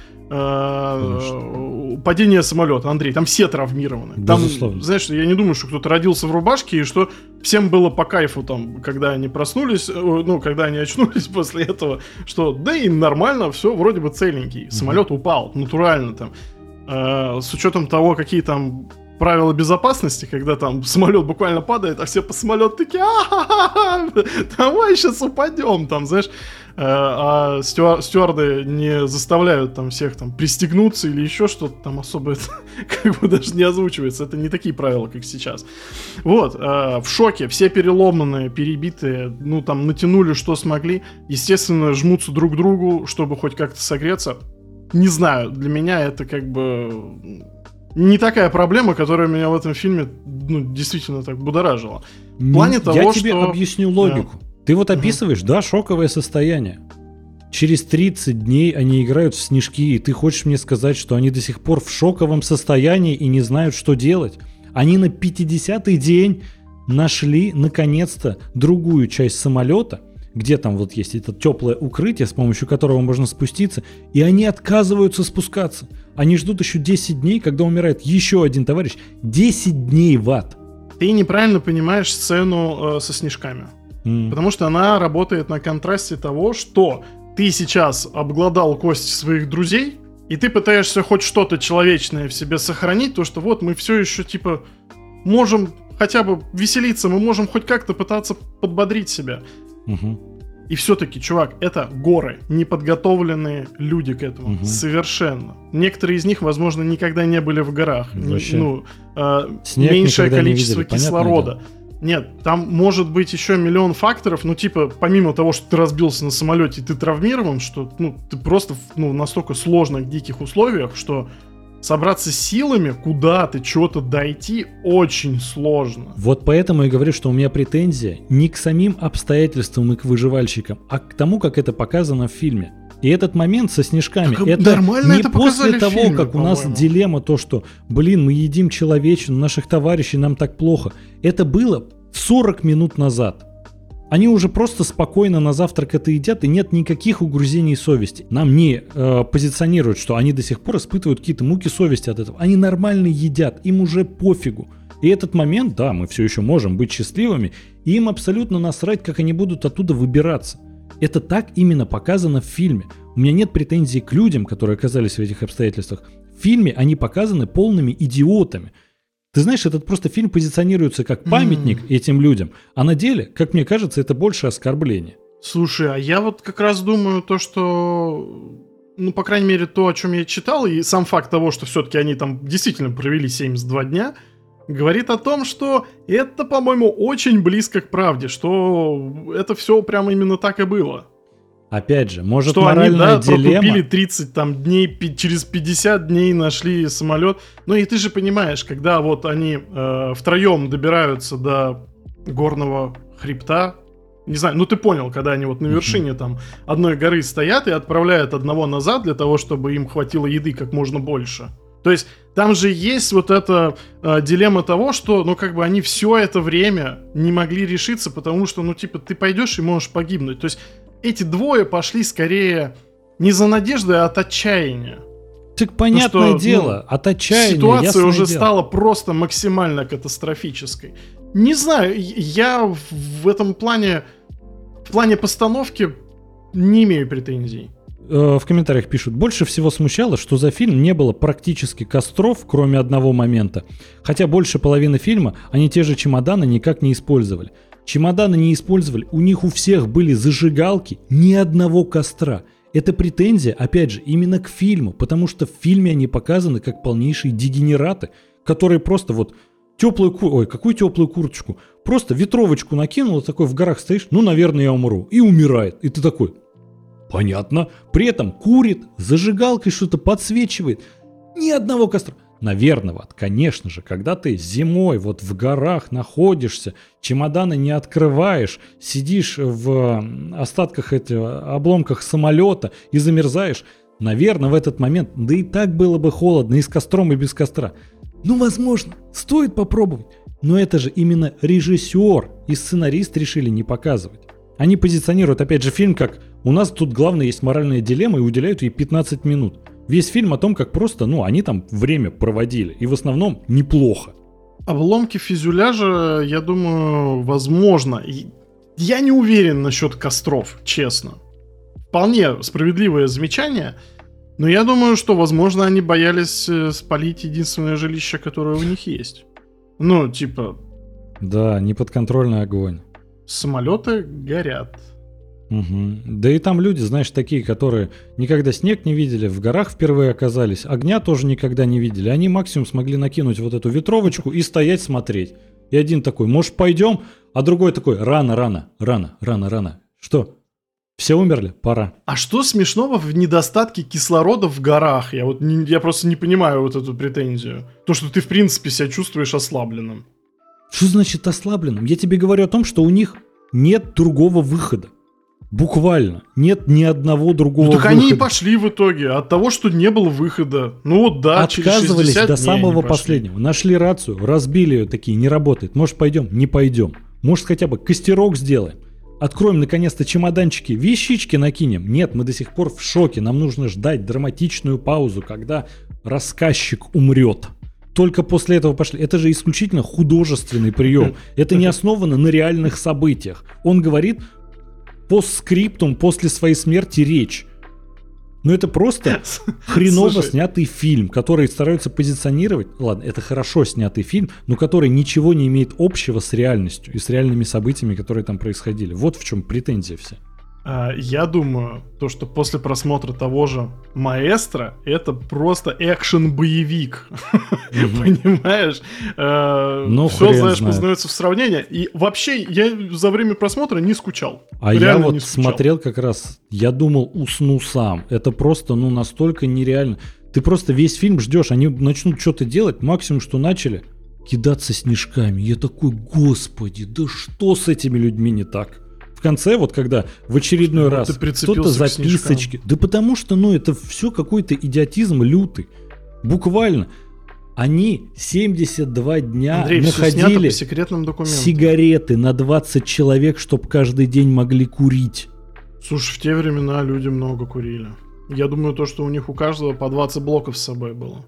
падение самолета, Андрей, там все травмированы. Там, знаешь, я не думаю, что кто-то родился в рубашке, и что всем было по кайфу, там, когда они проснулись, когда они очнулись после этого, что да и нормально, все вроде бы целенький. Самолет упал, натурально там. С учетом того, какие там правила безопасности, когда там самолет буквально падает, а все по самолету такие, давай сейчас упадем, там, знаешь. А стюарды не заставляют там всех там пристегнуться или еще что-то там особо, это как бы даже не озвучивается. Это не такие правила, как сейчас. Вот, в шоке, все переломанные, перебитые, там натянули, что смогли. Естественно, жмутся друг к другу, чтобы хоть как-то согреться. Не знаю, для меня это как бы не такая проблема, которая меня в этом фильме действительно так будоражила. В плане того, я тебе объясню логику. Ты вот описываешь, шоковое состояние. Через 30 дней они играют в снежки, и ты хочешь мне сказать, что они до сих пор в шоковом состоянии и не знают, что делать? Они на 50-й день нашли, наконец-то, другую часть самолета, где там вот есть это теплое укрытие, с помощью которого можно спуститься, и они отказываются спускаться. Они ждут еще 10 дней, когда умирает еще один товарищ. 10 дней в ад. Ты неправильно понимаешь сцену со снежками. Потому что она работает на контрасте того, что ты сейчас обглодал кости своих друзей, и ты пытаешься хоть что-то человечное в себе сохранить, то что вот мы все еще типа можем хотя бы веселиться, мы можем хоть как-то пытаться подбодрить себя. И все-таки, чувак, это горы, неподготовленные люди к этому. Совершенно. Некоторые из них, возможно, никогда не были в горах. Меньшее количество кислорода. Нет, там может быть еще миллион факторов, помимо того, что ты разбился на самолете и ты травмирован, что, ты просто, в настолько сложных, диких условиях, что собраться силами куда-то, чего-то дойти очень сложно. Вот поэтому я говорю, что у меня претензия не к самим обстоятельствам и к выживальщикам, а к тому, как это показано в фильме. И этот момент со снежками, так это не это после того, фильме, как у нас дилемма то, что, мы едим человечину, наших товарищей, нам так плохо. Это было 40 минут назад. Они уже просто спокойно на завтрак это едят, и нет никаких угрызений совести. Нам не позиционируют, что они до сих пор испытывают какие-то муки совести от этого. Они нормально едят, им уже пофигу. И этот момент, да, мы все еще можем быть счастливыми, и им абсолютно насрать, как они будут оттуда выбираться. Это так именно показано в фильме. У меня нет претензий к людям, которые оказались в этих обстоятельствах. В фильме они показаны полными идиотами. Ты знаешь, этот просто фильм позиционируется как памятник этим людям, а на деле, как мне кажется, это больше оскорбление. Слушай, а я вот как раз думаю то, что, ну, по крайней мере, то, о чем я читал, и сам факт того, что все-таки они там действительно провели 72 дня, говорит о том, что это, по-моему, очень близко к правде, что это все прямо именно так и было. Опять же, может, что моральная они, дилемма... прокупили 30 там, дней, через 50 дней нашли самолет. Ну и ты же понимаешь, когда вот они втроем добираются до горного хребта, не знаю, ну ты понял, когда они вот на вершине там одной горы стоят и отправляют одного назад для того, чтобы им хватило еды как можно больше. То есть там же есть вот эта дилемма того, что, ну, как бы они все это время не могли решиться, потому что, ну, типа, ты пойдешь и можешь погибнуть. То есть эти двое пошли скорее не за надеждой, а от отчаяния. Так понятное дело, от отчаяния. Ситуация уже стала просто максимально катастрофической. Не знаю, я в этом плане, в плане постановки не имею претензий. В комментариях пишут, больше всего смущало, что за фильм не было практически костров, кроме одного момента. Хотя больше половины фильма они те же чемоданы никак не использовали. Чемоданы не использовали, у них у всех были зажигалки, ни одного костра. Это претензия, опять же, именно к фильму, потому что в фильме они показаны как полнейшие дегенераты, которые просто вот какую теплую курточку, просто ветровочку накинул, такой в горах стоишь, ну, наверное, я умру, и умирает. И ты такой, понятно, при этом курит, зажигалкой что-то подсвечивает, ни одного костра. Наверное, вот, конечно же, когда ты зимой вот в горах находишься, чемоданы не открываешь, сидишь в остатках обломках самолета и замерзаешь, наверное, в этот момент, да и так было бы холодно и с костром, и без костра. Ну, возможно, стоит попробовать. Но это же именно режиссер и сценарист решили не показывать. Они позиционируют, опять же, фильм как «у нас тут главное есть моральная дилемма» и уделяют ей 15 минут. Весь фильм о том, как просто, ну, они там время проводили. И в основном неплохо. Обломки фюзеляжа, я думаю, возможно. Я не уверен насчет костров, честно. Вполне справедливое замечание. Но я думаю, что, возможно, они боялись спалить единственное жилище, которое у них есть. Ну, типа... Да, неподконтрольный огонь. Самолеты горят. Угу. Да и там люди, знаешь, такие, которые никогда снег не видели, в горах впервые оказались, огня тоже никогда не видели. Они максимум смогли накинуть вот эту ветровочку и стоять смотреть. И один такой, может, пойдем? А другой такой, рано. Что? Все умерли? Пора. А что смешного в недостатке кислорода в горах? Я просто не понимаю вот эту претензию. То, что ты, в принципе, себя чувствуешь ослабленным. Что значит ослабленным? Я тебе говорю о том, что у них нет другого выхода. Буквально. Нет ни одного другого выхода. Так они и пошли в итоге. От того, что не было выхода. Ну вот да, отказывались до самого последнего. Нашли рацию, разбили ее, такие, не работает. Может, пойдем? Не пойдем. Может, хотя бы костерок сделаем. Откроем, наконец-то, чемоданчики, вещички накинем. Нет, мы до сих пор в шоке. Нам нужно ждать драматичную паузу, когда рассказчик умрет. Только после этого пошли. Это же исключительно художественный прием. Это не основано на реальных событиях. Он говорит... постскриптум после своей смерти речь. Но это просто хреново снятый фильм, который стараются позиционировать. Ладно, это хорошо снятый фильм, но который ничего не имеет общего с реальностью и с реальными событиями, которые там происходили. Вот в чем претензия вся. Я думаю, то, что после просмотра того же «Маэстро» это просто экшен-боевик. Понимаешь? Все, знаешь, познается в сравнении. И вообще, я за время просмотра не скучал. А я вот смотрел как раз, я думал, усну сам. Это просто, ну, настолько нереально. Ты просто весь фильм ждешь, они начнут что-то делать, максимум, что начали, кидаться снежками. Я такой, господи, да что с этими людьми не так? В конце, вот когда в очередной раз кто-то записочки. Да потому что, ну, это все какой-то идиотизм лютый. Буквально. Они 72 дня Андрей, все снято находили по секретным документам. сигареты на 20 человек, чтобы каждый день могли курить. Слушай, в те времена люди много курили. Я думаю, то, что у них у каждого по 20 блоков с собой было.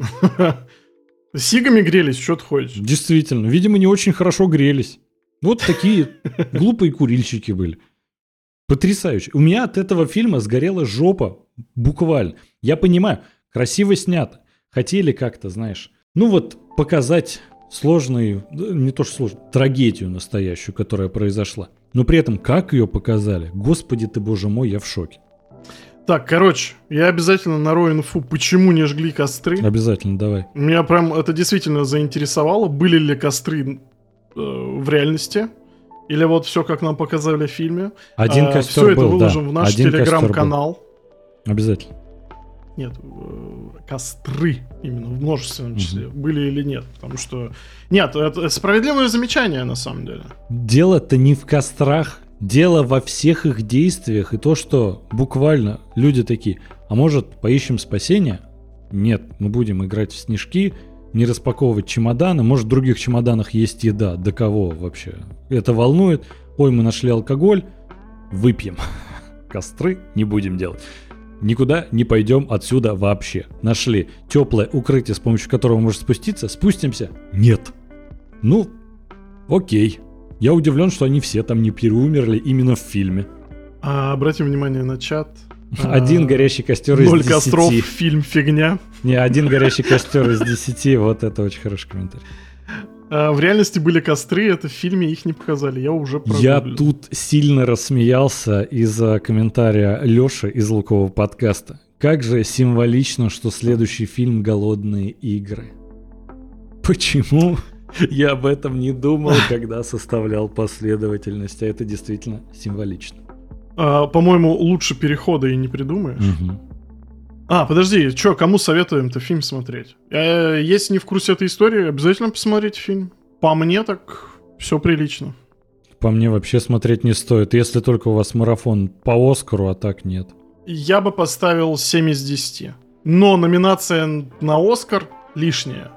Сигами грелись, что ты хочешь? Действительно, видимо, не очень хорошо грелись. Вот такие глупые курильщики были. Потрясающе. У меня от этого фильма сгорела жопа, буквально. Я понимаю, красиво снято. Хотели как-то, знаешь, показать сложную, не то что сложную, трагедию настоящую, которая произошла. Но при этом, как ее показали, господи ты, боже мой, я в шоке. Так, короче, я обязательно нарою инфу, почему не жгли костры. Обязательно, давай. Меня прям это действительно заинтересовало. Были ли костры в реальности? Или вот все, как нам показали в фильме? Один костер все это был, выложим да. в наш Один телеграм-канал. Обязательно. Нет, костры именно в множественном числе. Были или нет? Потому что... Нет, это справедливое замечание на самом деле. Дело-то не в кострах. Дело во всех их действиях. И то, что буквально люди такие, а может, поищем спасения? Нет, мы будем играть в снежки, не распаковывать чемоданы. Может, в других чемоданах есть еда. Да кого вообще? Это волнует. Ой, мы нашли алкоголь. Выпьем. Костры не будем делать. Никуда не пойдем отсюда вообще. Нашли теплое укрытие, с помощью которого можно спуститься. Спустимся? Нет. Ну, окей. Я удивлен, что они все там не переумерли именно в фильме. Обратим внимание на чат. Один горящий костер из 10. 0 костров, фильм фигня. Не, один горящий костер из 10. Вот это очень хороший комментарий. В реальности были костры, это в фильме их не показали. Я уже прогуглил. Я тут сильно рассмеялся из-за комментария Лёши из Лукового подкаста. Как же символично, что следующий фильм «Голодные игры». Почему я об этом не думал, когда составлял последовательность? А это действительно символично. По-моему, лучше перехода и не придумаешь. Подожди, что, кому советуем-то фильм смотреть? Если не в курсе этой истории, обязательно посмотрите фильм. По мне так все прилично. По мне вообще смотреть не стоит, если только у вас марафон по Оскару, а так нет. Я бы поставил 7 из 10. Но номинация на Оскар лишняя.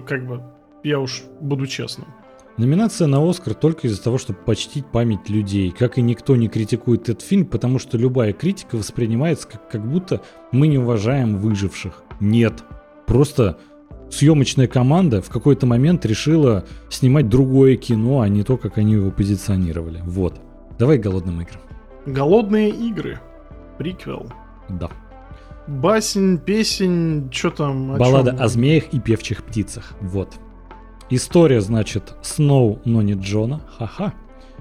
Я уж буду честным. Номинация на Оскар только из-за того, чтобы почтить память людей. Как и никто не критикует этот фильм, потому что любая критика воспринимается как будто мы не уважаем выживших. Нет. Просто съемочная команда в какой-то момент решила снимать другое кино, а не то, как они его позиционировали. Вот. Давай к «Голодным играм». «Голодные игры». Приквел. Да. Басень, песень, что там? Баллада о змеях и певчих птицах. Вот. История, значит, Сноу, но не Джона. Ха-ха.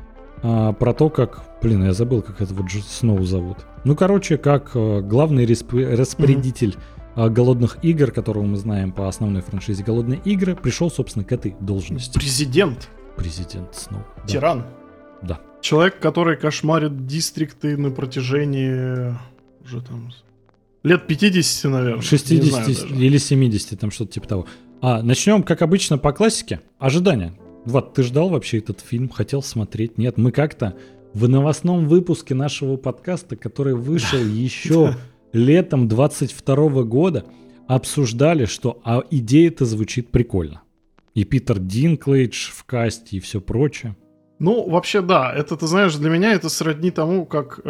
Про то, как... я забыл, как этого Сноу зовут. Как главный распорядитель голодных игр, которого мы знаем по основной франшизе «Голодные игры», пришел, собственно, к этой должности. Президент. Президент Сноу. Тиран. Да. Человек, который кошмарит дистрикты на протяжении... уже там... лет 50, наверное. 60 или 70, там что-то типа того. Начнем, как обычно, по классике. Ожидания. Вот, ты ждал вообще этот фильм? Хотел смотреть? Нет, мы как-то в новостном выпуске нашего подкаста, который вышел еще летом 22 года, обсуждали, что идея-то звучит прикольно. И Питер Динклэйдж в касте, и все прочее. Вообще, да. Это, ты знаешь, для меня это сродни тому, как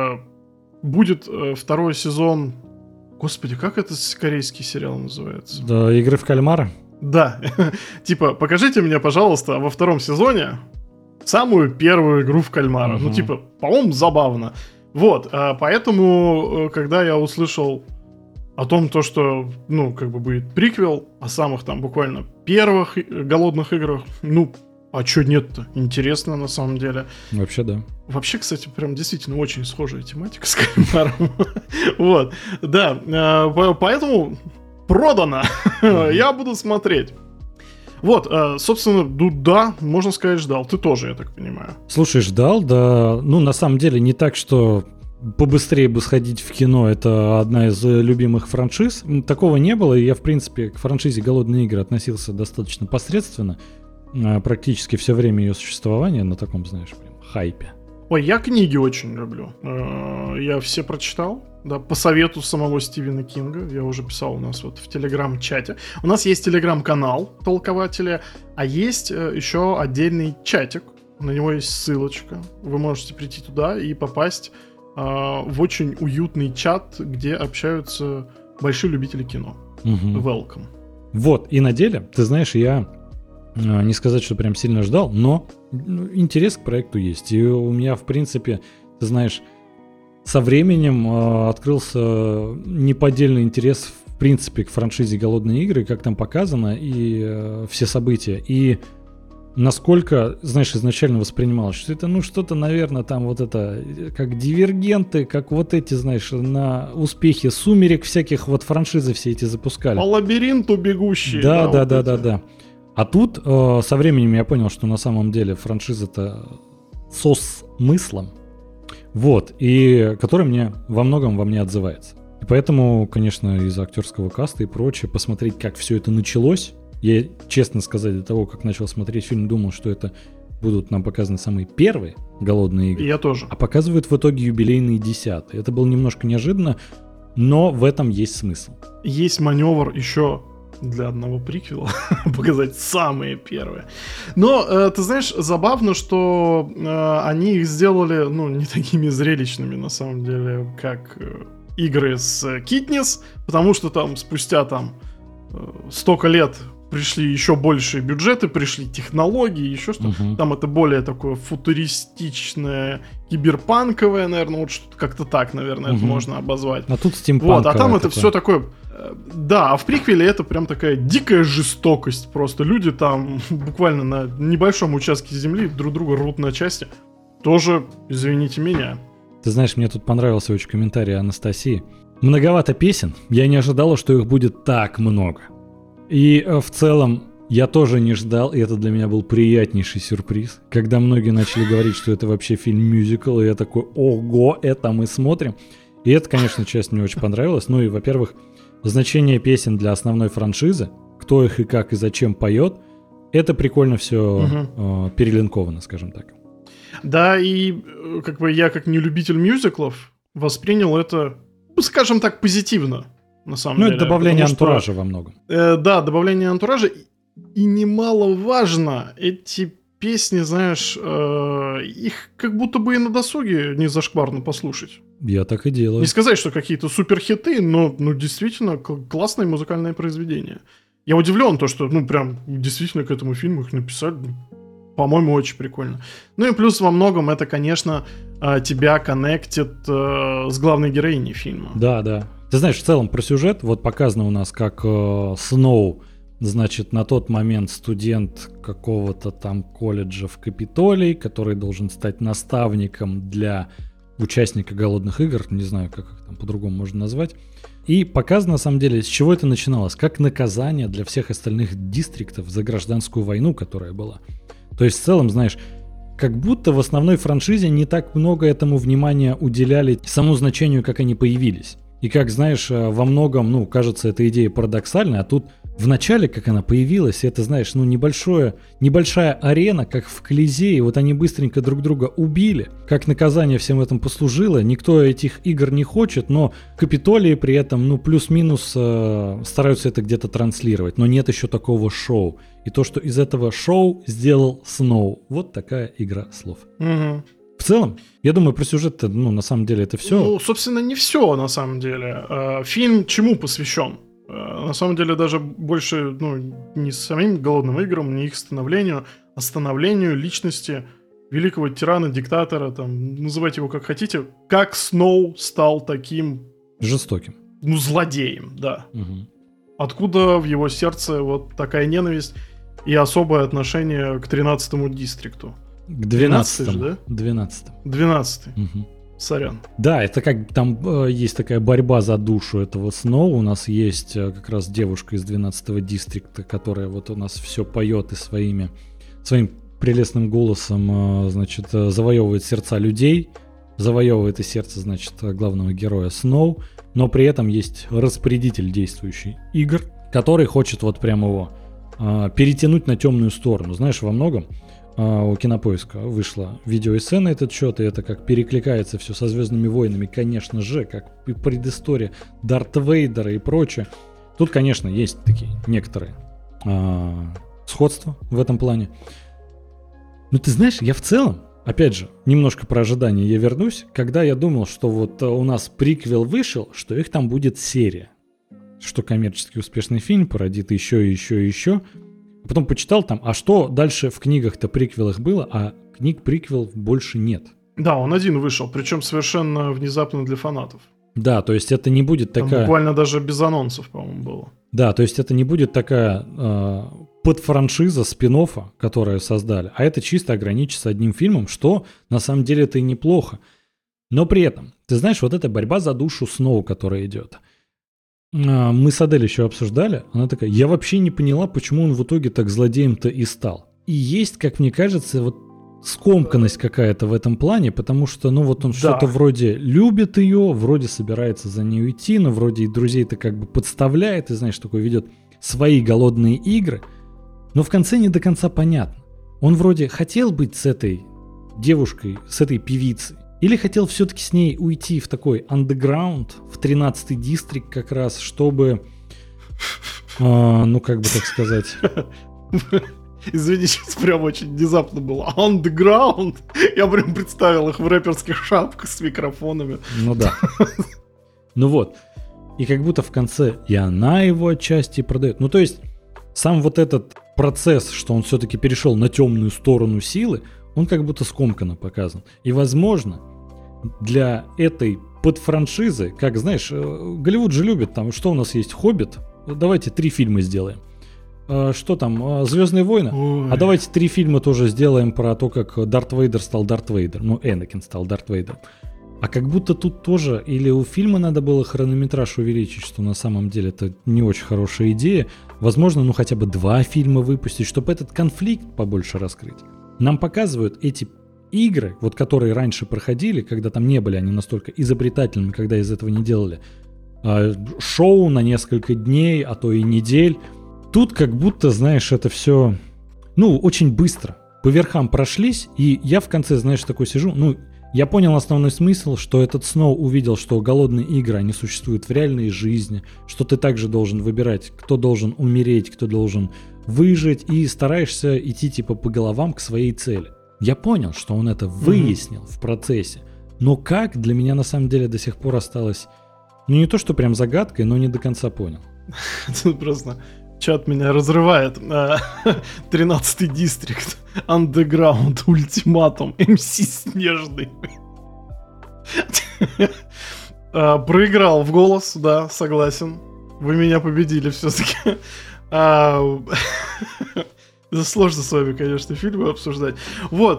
будет второй сезон... Господи, как этот корейский сериал называется? Да, «Игры в кальмара». Да. Типа, покажите мне, пожалуйста, во втором сезоне самую первую игру в кальмара. По-моему, забавно. Вот, поэтому, когда я услышал о том, что, будет приквел о самых там буквально первых голодных играх, а чё нет-то? Интересно, на самом деле. Вообще, да. Вообще, кстати, прям действительно очень схожая тематика с кальмаром. Вот, да, поэтому продано. Я буду смотреть. Вот, собственно, да, можно сказать, ждал. Ты тоже, я так понимаю. Слушай, ждал, да. На самом деле, не так, что побыстрее бы сходить в кино. Это одна из любимых франшиз. Такого не было, и я, в принципе, к франшизе «Голодные игры» относился достаточно посредственно. Практически все время ее существования на таком, знаешь, прям хайпе. Ой, я книги очень люблю. Я все прочитал, да, по совету самого Стивена Кинга. Я уже писал у нас вот в телеграм-чате. У нас есть телеграм-канал толкователя, а есть еще отдельный чатик. На него есть ссылочка. Вы можете прийти туда и попасть в очень уютный чат, где общаются большие любители кино. Welcome. Вот, и на деле, ты знаешь, я не сказать, что прям сильно ждал, но интерес к проекту есть. И у меня, в принципе, ты знаешь, со временем открылся неподдельный интерес, в принципе, к франшизе «Голодные игры», как там показано, и все события. И насколько, знаешь, изначально воспринималось, что это, что-то, наверное, там вот это, как «Дивергенты», как вот эти, знаешь, на успехи «Сумерек» всяких вот франшизы все эти запускали. По лабиринту бегущие. Да. А тут со временем я понял, что на самом деле франшиза-то со смыслом, вот, и который мне во многом во мне отзывается. И поэтому, конечно, из-за актерского каста и прочее, посмотреть, как все это началось. Я, честно сказать, до того, как начал смотреть фильм, думал, что это будут нам показаны самые первые «Голодные игры». Я тоже. А показывают в итоге юбилейные 10-е. Это было немножко неожиданно, но в этом есть смысл. Есть маневр еще для одного приквела показать самые первые. Но, ты знаешь, забавно, что они их сделали, не такими зрелищными, на самом деле, как игры с Китнис, потому что там спустя столько лет пришли еще большие бюджеты, пришли технологии, еще что-то. Там это более такое футуристичное, киберпанковое, наверное, вот что-то как-то так, наверное, это можно обозвать. А тут стимпанковое. Вот, а там это все такое... Да, а в приквеле это прям такая дикая жестокость. Просто люди там буквально на небольшом участке земли друг друга рвут на части. Тоже, извините меня. Ты знаешь, мне тут понравился очень комментарий Анастасии. Многовато песен. Я не ожидала, что их будет так много. И в целом я тоже не ждал, и это для меня был приятнейший сюрприз, когда многие начали говорить, что это вообще фильм-мюзикл, и я такой, ого, это мы смотрим. И это, конечно, часть мне очень понравилась. Ну и, во-первых, значение песен для основной франшизы, кто их и как и зачем поет, это прикольно все перелинковано, скажем так. Да, и я как нелюбитель мюзиклов воспринял это, скажем так, позитивно. На самом деле. Это добавление антуража во многом. Да, добавление антуража. И немаловажно, эти песни, знаешь, их как будто бы и на досуге не зашкварно послушать. Я так и делаю. Не сказать, что какие-то суперхиты, но действительно классное музыкальное произведение. Я удивлен, что прям действительно к этому фильму их написали. По-моему, очень прикольно. Ну и плюс во многом это, конечно, тебя коннектит с главной героиней фильма. Да. Ты знаешь, в целом про сюжет, вот показано у нас, как Сноу, значит, на тот момент студент какого-то там колледжа в Капитолии, который должен стать наставником для участника «Голодных игр», не знаю, как их там по-другому можно назвать. И показано, на самом деле, с чего это начиналось, как наказание для всех остальных дистриктов за гражданскую войну, которая была. То есть, в целом, знаешь, как будто в основной франшизе не так много этому внимания уделяли самому значению, как они появились. И как, знаешь, во многом, кажется, эта идея парадоксальной, а тут в начале, как она появилась, это, знаешь, небольшая арена, как в Колизее, вот они быстренько друг друга убили, как наказание всем этим послужило, никто этих игр не хочет, но Капитолии при этом, плюс-минус стараются это где-то транслировать, но нет еще такого шоу. И то, что из этого шоу сделал Сноу, вот такая игра слов. Угу. В целом, я думаю, про сюжет-то, на самом деле, это все. Собственно, не все, на самом деле. Фильм чему посвящен? На самом деле, даже больше, не самим голодным играм, не их становлению, а становлению личности великого тирана, диктатора, называйте его как хотите, как Сноу стал таким... Жестоким. Злодеем, да. Угу. Откуда в его сердце вот такая ненависть и особое отношение к 13-му дистрикту. К 12-му, да? 12-й. Угу. Сорян. Да, это как там есть такая борьба за душу этого Сноу. У нас есть как раз девушка из 12-го дистрикта, которая вот у нас все поет и своим прелестным голосом, значит, завоевывает сердца людей, завоевывает и сердце, значит, главного героя Сноу, но при этом есть распорядитель действующий игр, который хочет вот прям его перетянуть на темную сторону. Знаешь, во многом у Кинопоиска вышла видеоэссе на этот счет, и это как перекликается все со «Звездными войнами», конечно же, как и предыстория Дарта Вейдера и прочее. Тут, конечно, есть такие некоторые сходства в этом плане. Но ты знаешь, я в целом, опять же, немножко про ожидания я вернусь, когда я думал, что вот у нас приквел вышел, что их там будет серия, что коммерчески успешный фильм породит еще и еще и еще. Потом почитал там, а что дальше в книгах-то приквелах было, а книг приквелов больше нет. Да, он один вышел, причем совершенно внезапно для фанатов. Да, то есть это не будет там такая... буквально даже без анонсов, по-моему, было. Да, то есть это не будет такая подфраншиза спин-оффа, которую создали, а это чисто ограничится одним фильмом, что на самом деле это и неплохо. Но при этом, ты знаешь, вот эта борьба за душу Сноу, которая идет... Мы с Адель еще обсуждали, она такая, я вообще не поняла, почему он в итоге так злодеем-то и стал. И есть, как мне кажется, вот скомканность какая-то в этом плане, потому что, ну вот он что-то вроде любит ее, вроде собирается за ней уйти, но вроде и друзей-то как бы подставляет, и, знаешь, такой ведет свои голодные игры, но в конце не до конца понятно. Он вроде хотел быть с этой девушкой, с этой певицей, или хотел все-таки с ней уйти в такой андеграунд, в 13-й дистрикт как раз, чтобы, ну как бы так сказать... Извини, сейчас прям очень внезапно было. Underground. Я прям представил их в рэперских шапках с микрофонами. Ну да. Ну вот. И как будто в конце и она его отчасти продает. Ну то есть сам вот этот процесс, что он все-таки перешел на темную сторону силы, он как будто скомканно показан. И возможно, для этой подфраншизы, как знаешь, Голливуд же любит, там, что у нас есть, «Хоббит», давайте 3 фильма сделаем. Что там, «Звездные войны»? Ой. А давайте 3 фильма тоже сделаем про то, как Дарт Вейдер стал Дарт Вейдер. Ну, Энакин стал Дарт Вейдер. А как будто тут тоже или у фильма надо было хронометраж увеличить, что на самом деле это не очень хорошая идея. Возможно, ну хотя бы 2 фильма выпустить, чтобы этот конфликт побольше раскрыть. Нам показывают эти игры, вот которые раньше проходили, когда там не были они настолько изобретательными, когда из этого не делали шоу на несколько дней, а то и недель. Тут как будто, знаешь, это все, ну, очень быстро. По верхам прошлись, и я в конце, знаешь, такой сижу, ну, я понял основной смысл, что этот Сноу увидел, что голодные игры, они существуют в реальной жизни, что ты также должен выбирать, кто должен умереть, кто должен выжить, и стараешься идти типа по головам к своей цели. Я понял, что он это выяснил в процессе, но как, для меня на самом деле до сих пор осталось, ну не то, что прям загадкой, но не до конца понял. Просто чат меня разрывает. 13-й дистрикт, Underground, ультиматум, МС Снежный. Проиграл в голос, да, согласен. Вы меня победили все-таки. Сложно с вами, конечно, фильмы обсуждать. Вот.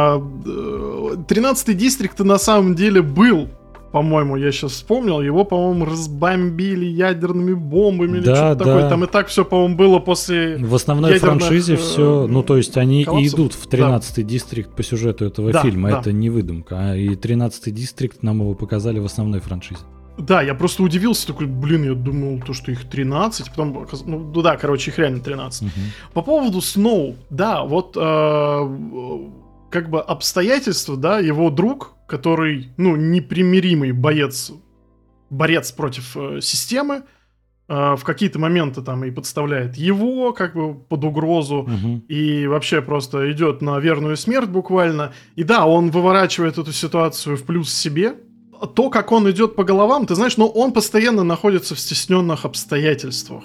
13-й дистрикт на самом деле был, по-моему, я сейчас вспомнил, его, по-моему, разбомбили ядерными бомбами или что-то такое. Там и так все, по-моему, было после в основной франшизе все, ну, то есть они и идут в 13-й дистрикт по сюжету этого фильма. Это не выдумка. И 13-й дистрикт нам его показали в основной франшизе. Да, я просто удивился, такой, блин, я думал, то, что их 13, потом, ну да, короче, их реально 13. По поводу Сноу, да, вот как бы обстоятельства, да, его друг, который, ну, непримиримый борец против системы, в какие-то моменты там и подставляет его, как бы, под угрозу, и вообще просто идет на верную смерть буквально. И да, он выворачивает эту ситуацию в плюс себе. То, как он идет по головам, ты знаешь, но он постоянно находится в стесненных обстоятельствах.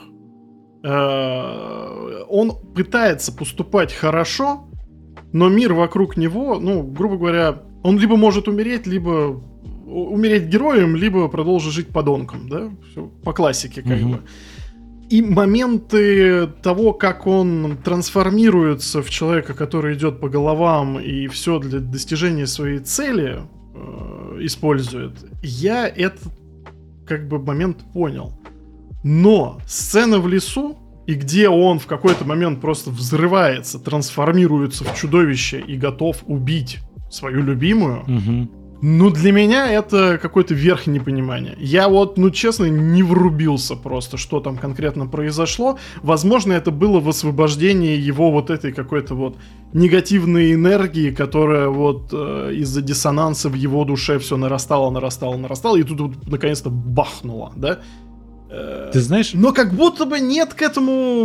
Он пытается поступать хорошо, но мир вокруг него, ну, грубо говоря, он либо может умереть, либо умереть героем, либо продолжить жить подонком, да? Все по классике, как бы. И моменты того, как он трансформируется в человека, который идет по головам и все для достижения своей цели использует, я этот как бы момент понял. Но сцена в лесу, и где он в какой-то момент просто взрывается, трансформируется в чудовище и готов убить свою любимую, Ну, для меня это какое-то верх непонимания. Я вот, ну, честно, не врубился просто, что там конкретно произошло. Возможно, это было высвобождение его вот этой какой-то вот негативной энергии, которая вот из-за диссонанса в его душе все нарастало, и тут вот наконец-то бахнуло, да? Ты знаешь... Но как будто бы нет к этому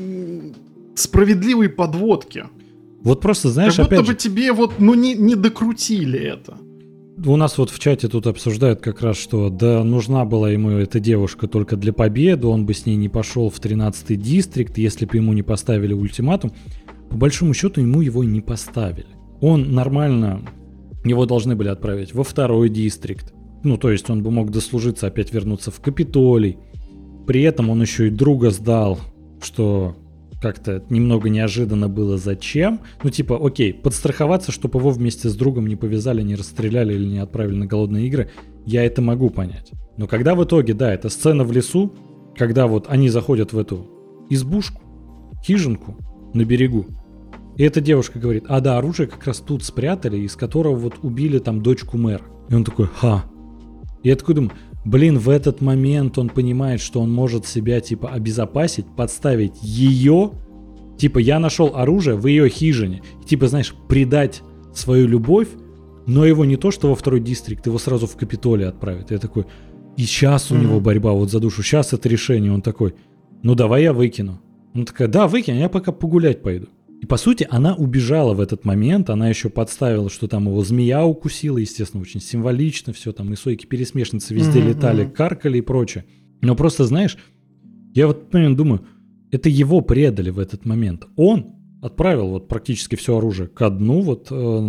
справедливой подводки. Вот просто, знаешь, как будто опять бы же... тебе вот, ну, не докрутили это. У нас вот в чате тут обсуждают как раз, что да, нужна была ему эта девушка только для победы, он бы с ней не пошел в 13-й дистрикт, если бы ему не поставили ультиматум. По большому счету ему его не поставили. Он нормально, его должны были отправить во 2-й дистрикт. Ну, то есть он бы мог дослужиться, опять вернуться в Капитолий. При этом он еще и друга сдал, что... как-то немного неожиданно было зачем. Ну, типа, окей, подстраховаться, чтобы его вместе с другом не повязали, не расстреляли или не отправили на голодные игры, я это могу понять. Но когда в итоге, да, эта сцена в лесу, когда вот они заходят в эту избушку, хижинку на берегу, и эта девушка говорит, а да, оружие как раз тут спрятали, из которого вот убили там дочку мэра. И он такой, ха. И я такой думаю, блин, в этот момент он понимает, что он может себя, типа, обезопасить, подставить ее, типа, я нашел оружие в ее хижине, и, типа, знаешь, предать свою любовь, но его не то, что во 2-й дистрикт, его сразу в Капитолий отправят. И я такой, и сейчас у него борьба вот за душу, сейчас это решение, он такой, ну давай я выкину. Она такая, да, выкинь, я пока погулять пойду. И по сути она убежала в этот момент, она еще подставила, что там его змея укусила, естественно, очень символично все, там и сойки-пересмешницы везде летали, каркали и прочее. Но просто, знаешь, я в этот момент думаю, это его предали в этот момент. Он отправил вот практически все оружие ко дну, вот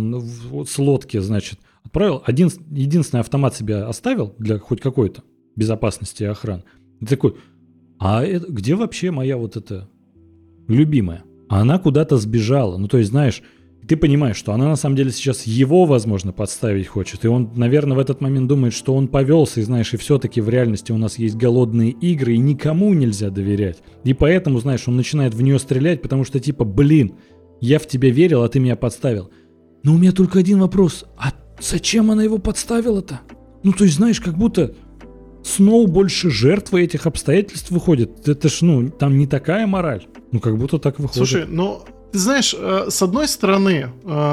с лодки, значит, отправил, единственный автомат себе оставил для хоть какой-то безопасности и охраны. И такой, а где вообще моя вот эта любимая? А она куда-то сбежала. Ну, то есть, знаешь, ты понимаешь, что она на самом деле сейчас его, возможно, подставить хочет. И он, наверное, в этот момент думает, что он повелся, и, знаешь, и все-таки в реальности у нас есть голодные игры, и никому нельзя доверять. И поэтому, знаешь, он начинает в нее стрелять, потому что, типа, блин, я в тебя верил, а ты меня подставил. Но у меня только один вопрос. А зачем она его подставила-то? Ну, то есть, знаешь, как будто Сноу больше жертвы этих обстоятельств выходит. Это ж, ну, там не такая мораль. Ну, как будто так выходит. Слушай, ну, ты знаешь, с одной стороны,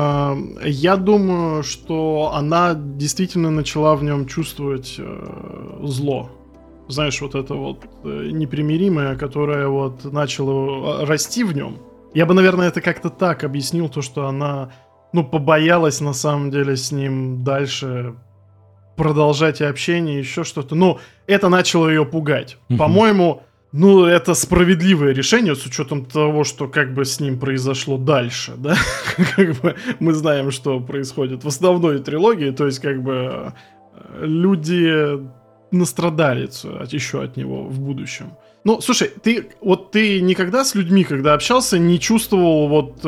я думаю, что она действительно начала в нем чувствовать зло. Знаешь, вот это вот непримиримое, которое вот начало расти в нем. Я бы, наверное, это как-то так объяснил, то, что она, ну, побоялась на самом деле с ним дальше продолжать общение, еще что-то. Ну, это начало ее пугать. По-моему, ну, это справедливое решение с учетом того, что как бы с ним произошло дальше, да? Как бы мы знаем, что происходит в основной трилогии, то есть как бы люди настрадались еще от него в будущем. Ну, слушай, ты никогда с людьми, когда общался, не чувствовал вот,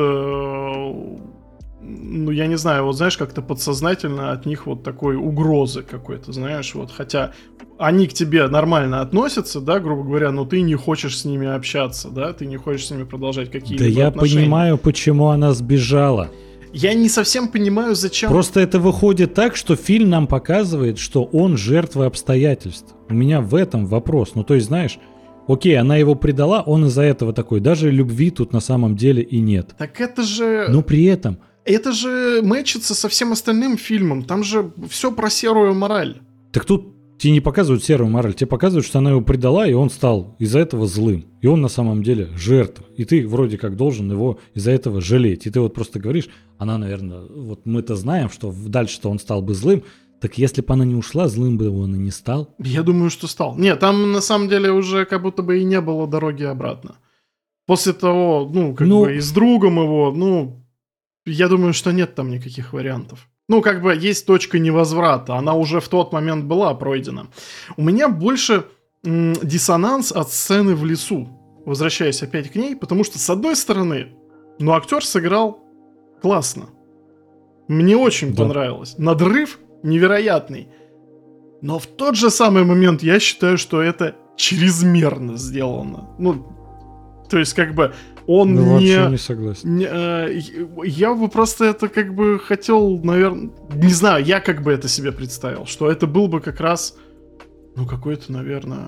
ну, я не знаю, вот знаешь, как-то подсознательно от них вот такой угрозы какой-то, знаешь, вот, хотя они к тебе нормально относятся, да, грубо говоря, но ты не хочешь с ними общаться, да, ты не хочешь с ними продолжать какие-либо отношения. Да я отношения. понимаю, почему она сбежала. Я не совсем понимаю, зачем... Просто это выходит так, что фильм нам показывает, что он жертва обстоятельств. У меня в этом вопрос. Ну, то есть, знаешь, окей, она его предала, он из-за этого такой. Даже любви тут на самом деле и нет. Так это же... Но при этом... Это же мэчится со всем остальным фильмом. Там же все про серую мораль. Так тут тебе не показывают серую мораль. Тебе показывают, что она его предала, и он стал из-за этого злым. И он на самом деле жертва. И ты вроде как должен его из-за этого жалеть. И ты вот просто говоришь, она, наверное... Вот мы-то знаем, что дальше-то он стал бы злым. Так если бы она не ушла, злым бы он и не стал. Я думаю, что стал. Нет, там на самом деле уже как будто бы и не было дороги обратно. После того, ну, как бы и с другом его, ну... Я думаю, что нет там никаких вариантов. Ну, как бы есть точка невозврата. Она уже в тот момент была пройдена. У меня больше диссонанс от сцены в лесу. Возвращаясь опять к ней. Потому что, с одной стороны, ну, актер сыграл классно. Мне очень понравилось. Надрыв невероятный. Но в тот же самый момент я считаю, что это чрезмерно сделано. Ну, то есть, как бы... он вообще не согласен. Я бы просто это как бы хотел, наверное... Не знаю, я как бы это себе представил, что это был бы как раз, ну, какое-то, наверное,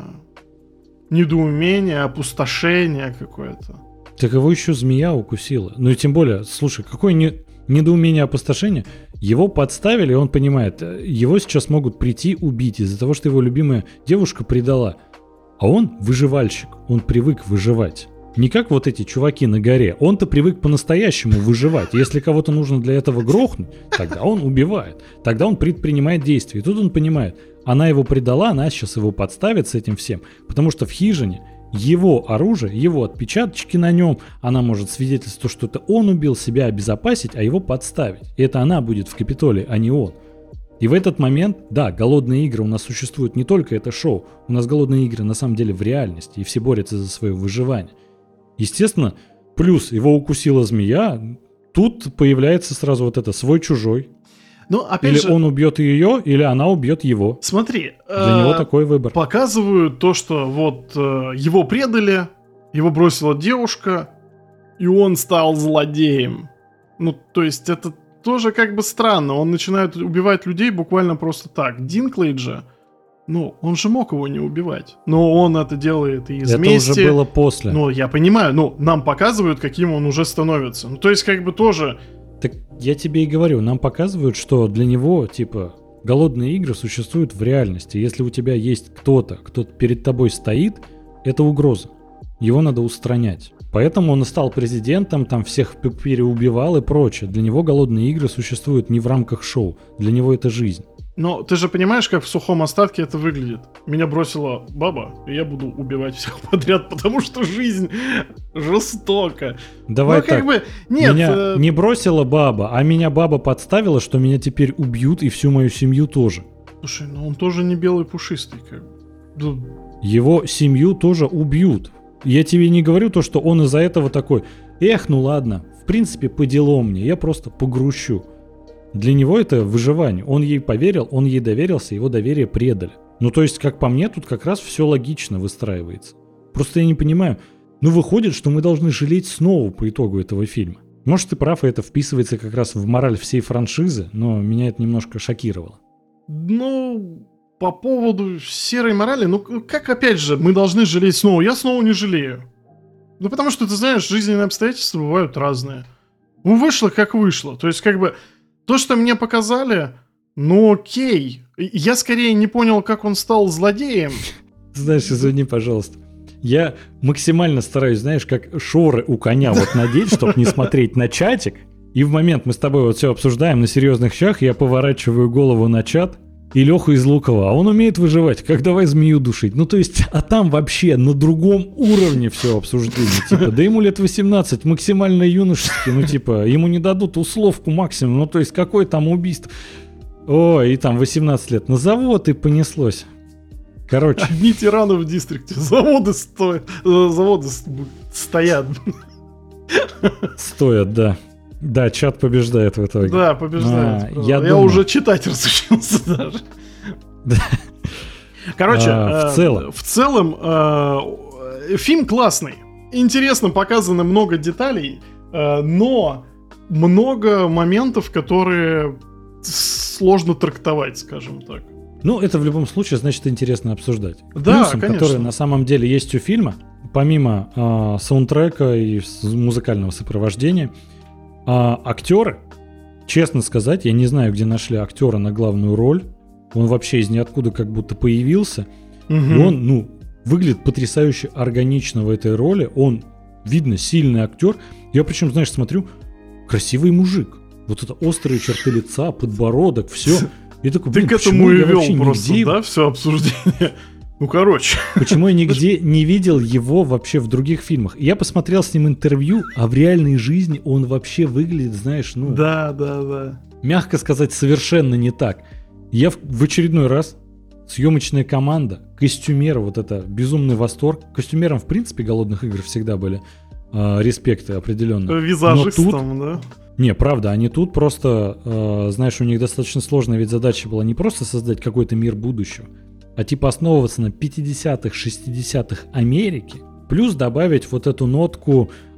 недоумение, опустошение какое-то. Так его еще змея укусила. Ну и тем более, слушай, какое недоумение, опустошение. Его подставили, и он понимает, его сейчас могут прийти убить из-за того, что его любимая девушка предала. А он выживальщик, он привык выживать. Не как вот эти чуваки на горе. Он-то привык по-настоящему выживать. Если кого-то нужно для этого грохнуть, тогда он убивает. Тогда он предпринимает действия. И тут он понимает, она его предала, она сейчас его подставит с этим всем. Потому что в хижине его оружие, его отпечаточки на нем, она может свидетельствовать, что это он убил, себя обезопасить, а его подставить. И это она будет в Капитолии, а не он. И в этот момент, да, голодные игры у нас существуют не только это шоу, у нас голодные игры на самом деле в реальности, и все борются за свое выживание. Естественно, плюс его укусила змея, тут появляется сразу вот это свой-чужой. Но, опять или же, он убьет ее, или она убьет его. Смотри, для него такой выбор. Показывают то, что вот его предали, его бросила девушка, и он стал злодеем. Ну, то есть это тоже как бы странно. Он начинает убивать людей буквально просто так. Динклейджа, ну, он же мог его не убивать. Но он это делает и из мести. Это уже было после. Ну, я понимаю, ну, нам показывают, каким он уже становится. Ну, то есть как бы тоже... Так я тебе и говорю, нам показывают, что для него, типа, голодные игры существуют в реальности. Если у тебя есть кто-то, кто перед тобой стоит, это угроза. Его надо устранять. Поэтому он и стал президентом, там всех переубивал и прочее. Для него голодные игры существуют не в рамках шоу. Для него это жизнь. Но ты же понимаешь, как в сухом остатке это выглядит. Меня бросила баба, и я буду убивать всех подряд, потому что жизнь жестока. Давай ну, как так. бы, нет, меня не бросила баба, а меня баба подставила, что меня теперь убьют и всю мою семью тоже. Слушай, ну он тоже не белый пушистый, как бы. Его семью тоже убьют. Я тебе не говорю то, что он из-за этого такой: эх, ну ладно, в принципе, по делам мне, я просто погрущу. Для него это выживание. Он ей поверил, он ей доверился, его доверие предали. Ну, то есть, как по мне, тут как раз все логично выстраивается. Просто я не понимаю, ну, выходит, что мы должны жалеть снова по итогу этого фильма. Может, ты прав, и это вписывается как раз в мораль всей франшизы, но меня это немножко шокировало. Ну, по поводу серой морали, ну, как, опять же, мы должны жалеть снова? Я снова не жалею. Ну, потому что, ты знаешь, жизненные обстоятельства бывают разные. Ну, вышло, как вышло. То есть, как бы, то, что мне показали, ну, окей. Я скорее не понял, как он стал злодеем. Знаешь, извини, пожалуйста. Я максимально стараюсь, знаешь, как шоры у коня вот надеть, чтобы не смотреть на чатик. И в момент мы с тобой вот все обсуждаем на серьезных щах, я поворачиваю голову на чат, и Леху из Лукова, а он умеет выживать, как давай змею душить. Ну, то есть, а там вообще на другом уровне все обсуждение. Типа, да ему лет 18, максимально юношеский, ну, типа, ему не дадут условку максимум, ну, то есть, какое там убийство. Ой, и там 18 лет. На завод и понеслось. Короче. Одни тираны в дистрикте, заводы стоят, стоят. Стоят, да. Да, чат побеждает в итоге. Да, побеждает. Я уже читать разучился даже. Короче, в целом фильм классный. Интересно показано много деталей, но много моментов, которые сложно трактовать, скажем так. Ну, это в любом случае, значит, интересно обсуждать. Да, плюсом, конечно. который на самом деле есть у фильма, помимо саундтрека и музыкального сопровождения, актеры, честно сказать, я не знаю, где нашли актера на главную роль. Он вообще из ниоткуда как будто появился. Угу. И он, ну, выглядит потрясающе органично в этой роли. Он, видно, сильный актер. Я причем, знаешь, смотрю, красивый мужик. Вот это острые черты лица, подбородок, все. И такой, ты к этому и вел просто, да, все обсуждение. Ну, короче. Почему я нигде не видел его вообще в других фильмах? Я посмотрел с ним интервью, а в реальной жизни он вообще выглядит, знаешь, ну... Да. Мягко сказать, совершенно не так. Я в очередной раз, съемочная команда, костюмеры, вот это безумный восторг. Костюмерам, в принципе, голодных игр всегда были респекты определенно. Визажистам, да? Не, правда, они тут просто, знаешь, у них достаточно сложная ведь задача была не просто создать какой-то мир будущего, а типа основываться на 50-х, 60-х Америки, плюс добавить вот эту нотку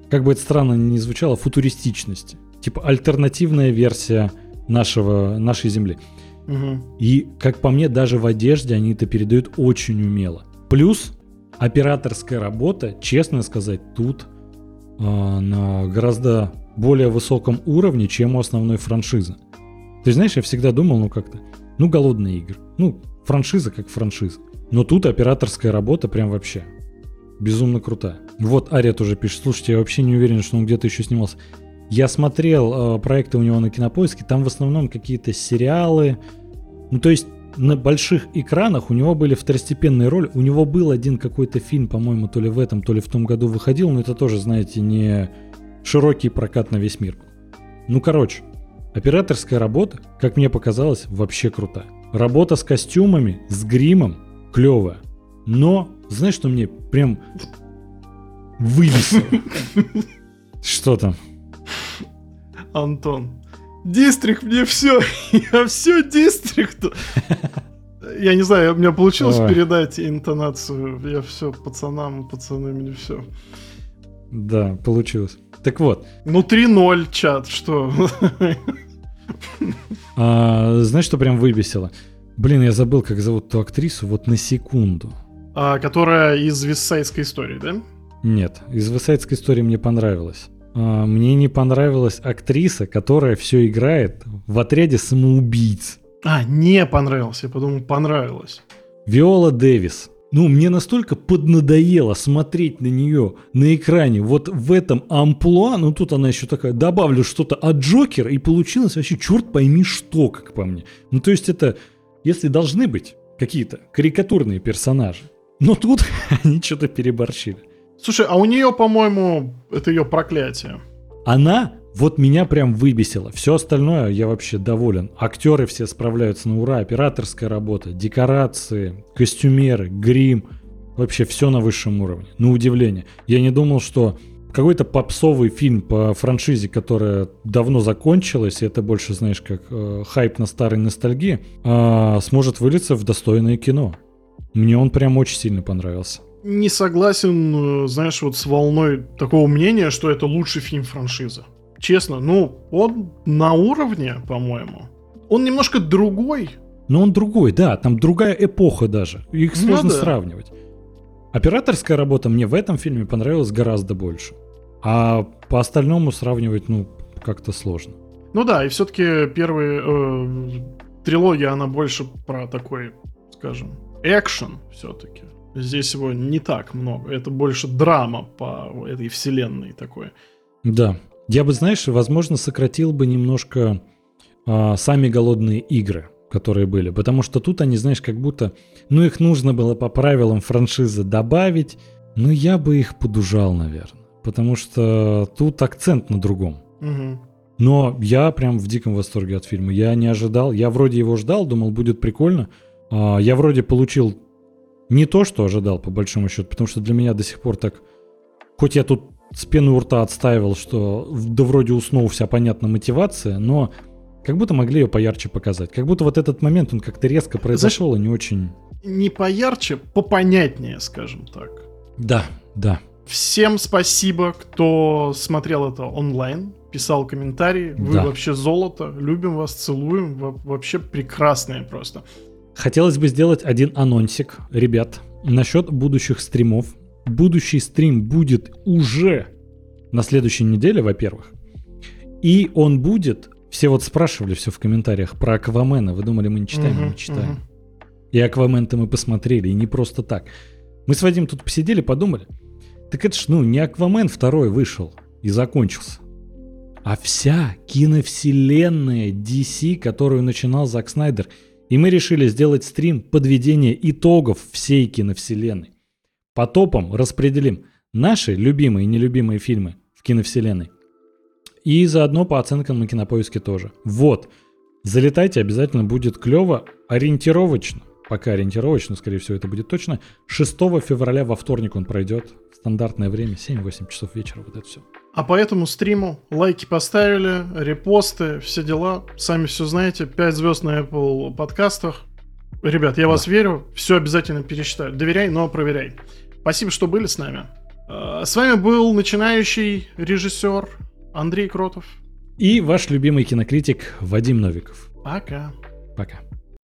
как бы это странно ни звучало, футуристичности. Типа альтернативная версия нашей Земли. Угу. И, как по мне, даже в одежде они это передают очень умело. Плюс операторская работа, честно сказать, тут на гораздо более высоком уровне, чем у основной франшизы. Ты знаешь, я всегда думал, голодные игры. Франшиза как франшиза. Но тут операторская работа прям вообще безумно крутая. Вот Ария тоже пишет: слушайте, я вообще не уверен, что он где-то еще снимался. Я смотрел проекты у него на Кинопоиске, там в основном какие-то сериалы. То есть на больших экранах у него были второстепенные роли. У него был один какой-то фильм, по-моему, то ли в этом, то ли в том году выходил, но это тоже, знаете, не широкий прокат на весь мир. Операторская работа, как мне показалось, вообще крутая. Работа с костюмами, с гримом клевая. Но, знаешь, что мне прям вывесило? Что там? Антон, Дистрикт, мне все. Я все Дистрикту. Я не знаю, у меня получилось передать интонацию. Я все пацаны, мне все. Да, получилось. Так вот. 3-0, чат, что? Знаешь, что прям выбесило? Блин, я забыл, как зовут ту актрису, вот на секунду. Которая из Вестсайдской истории, да? Нет, из Вестсайдской истории мне понравилось. Мне не понравилась актриса, которая все играет в отряде самоубийц. Не понравилось, я подумал, понравилось. Виола Дэвис. Мне настолько поднадоело смотреть на нее на экране вот в этом амплуа, тут она еще такая, добавлю что-то от Джокера, и получилось вообще черт пойми что, как по мне. То есть это, если должны быть какие-то карикатурные персонажи, но тут они что-то переборщили. Слушай, а у нее, по-моему, это ее проклятие. Она вот меня прям выбесила. Все остальное я вообще доволен. Актеры все справляются на ура. Операторская работа, декорации, костюмеры, грим. Вообще все на высшем уровне. На удивление. Я не думал, что какой-то попсовый фильм по франшизе, которая давно закончилась, и это больше, знаешь, как хайп на старой ностальгии, сможет вылиться в достойное кино. Мне он прям очень сильно понравился. Не согласен, знаешь, вот с волной такого мнения, что это лучший фильм франшизы. Честно, он на уровне, по-моему. Он немножко другой. Но он другой, да, там другая эпоха даже. Их сложно сравнивать. Операторская работа мне в этом фильме понравилась гораздо больше. А по остальному сравнивать, как-то сложно. И все-таки первая трилогия, она больше про такой, скажем, экшен все-таки. Здесь его не так много. Это больше драма по этой вселенной такой. Да. Я бы, знаешь, возможно, сократил бы немножко сами голодные игры, которые были. Потому что тут они, знаешь, как будто... их нужно было по правилам франшизы добавить. Я бы их подужал, наверное. Потому что тут акцент на другом. Угу. Но я прям в диком восторге от фильма. Я не ожидал. Я вроде его ждал, думал, будет прикольно. Я вроде получил... Не то, что ожидал, по большому счету, потому что для меня до сих пор так... Хоть я тут с пены у рта отстаивал, что да вроде уснул, вся понятна мотивация, но как будто могли ее поярче показать. Как будто вот этот момент, он как-то резко произошел. Знаешь, и не очень... Не поярче, попонятнее, скажем так. Да. Всем спасибо, кто смотрел это онлайн, писал комментарии. Вы вообще золото. Любим вас, целуем. Вообще прекрасные просто. Хотелось бы сделать один анонсик, ребят, насчет будущих стримов. Будущий стрим будет уже на следующей неделе, во-первых. И он будет... Все вот спрашивали все в комментариях про Аквамена. Вы думали, мы не читаем, мы читаем. И Аквамен-то мы посмотрели, и не просто так. Мы с Вадимом тут посидели, подумали. Так это ж, не Аквамен второй вышел и закончился, а вся киновселенная DC, которую начинал Зак Снайдер. И мы решили сделать стрим подведения итогов всей киновселенной. По топам распределим наши любимые и нелюбимые фильмы в киновселенной. И заодно по оценкам на Кинопоиске тоже. Вот. Залетайте, обязательно будет клево. Ориентировочно. Пока ориентировочно, скорее всего, это будет точно. 6 февраля во вторник он пройдет. Стандартное время, 7-8 часов вечера. Вот это все. А по этому стриму лайки поставили, репосты, все дела. Сами все знаете. 5 звезд на Apple подкастах. Ребят, я вас верю. Все обязательно пересчитаю. Доверяй, но проверяй. Спасибо, что были с нами. С вами был начинающий режиссер Андрей Кротов. И ваш любимый кинокритик Вадим Новиков. Пока. Пока.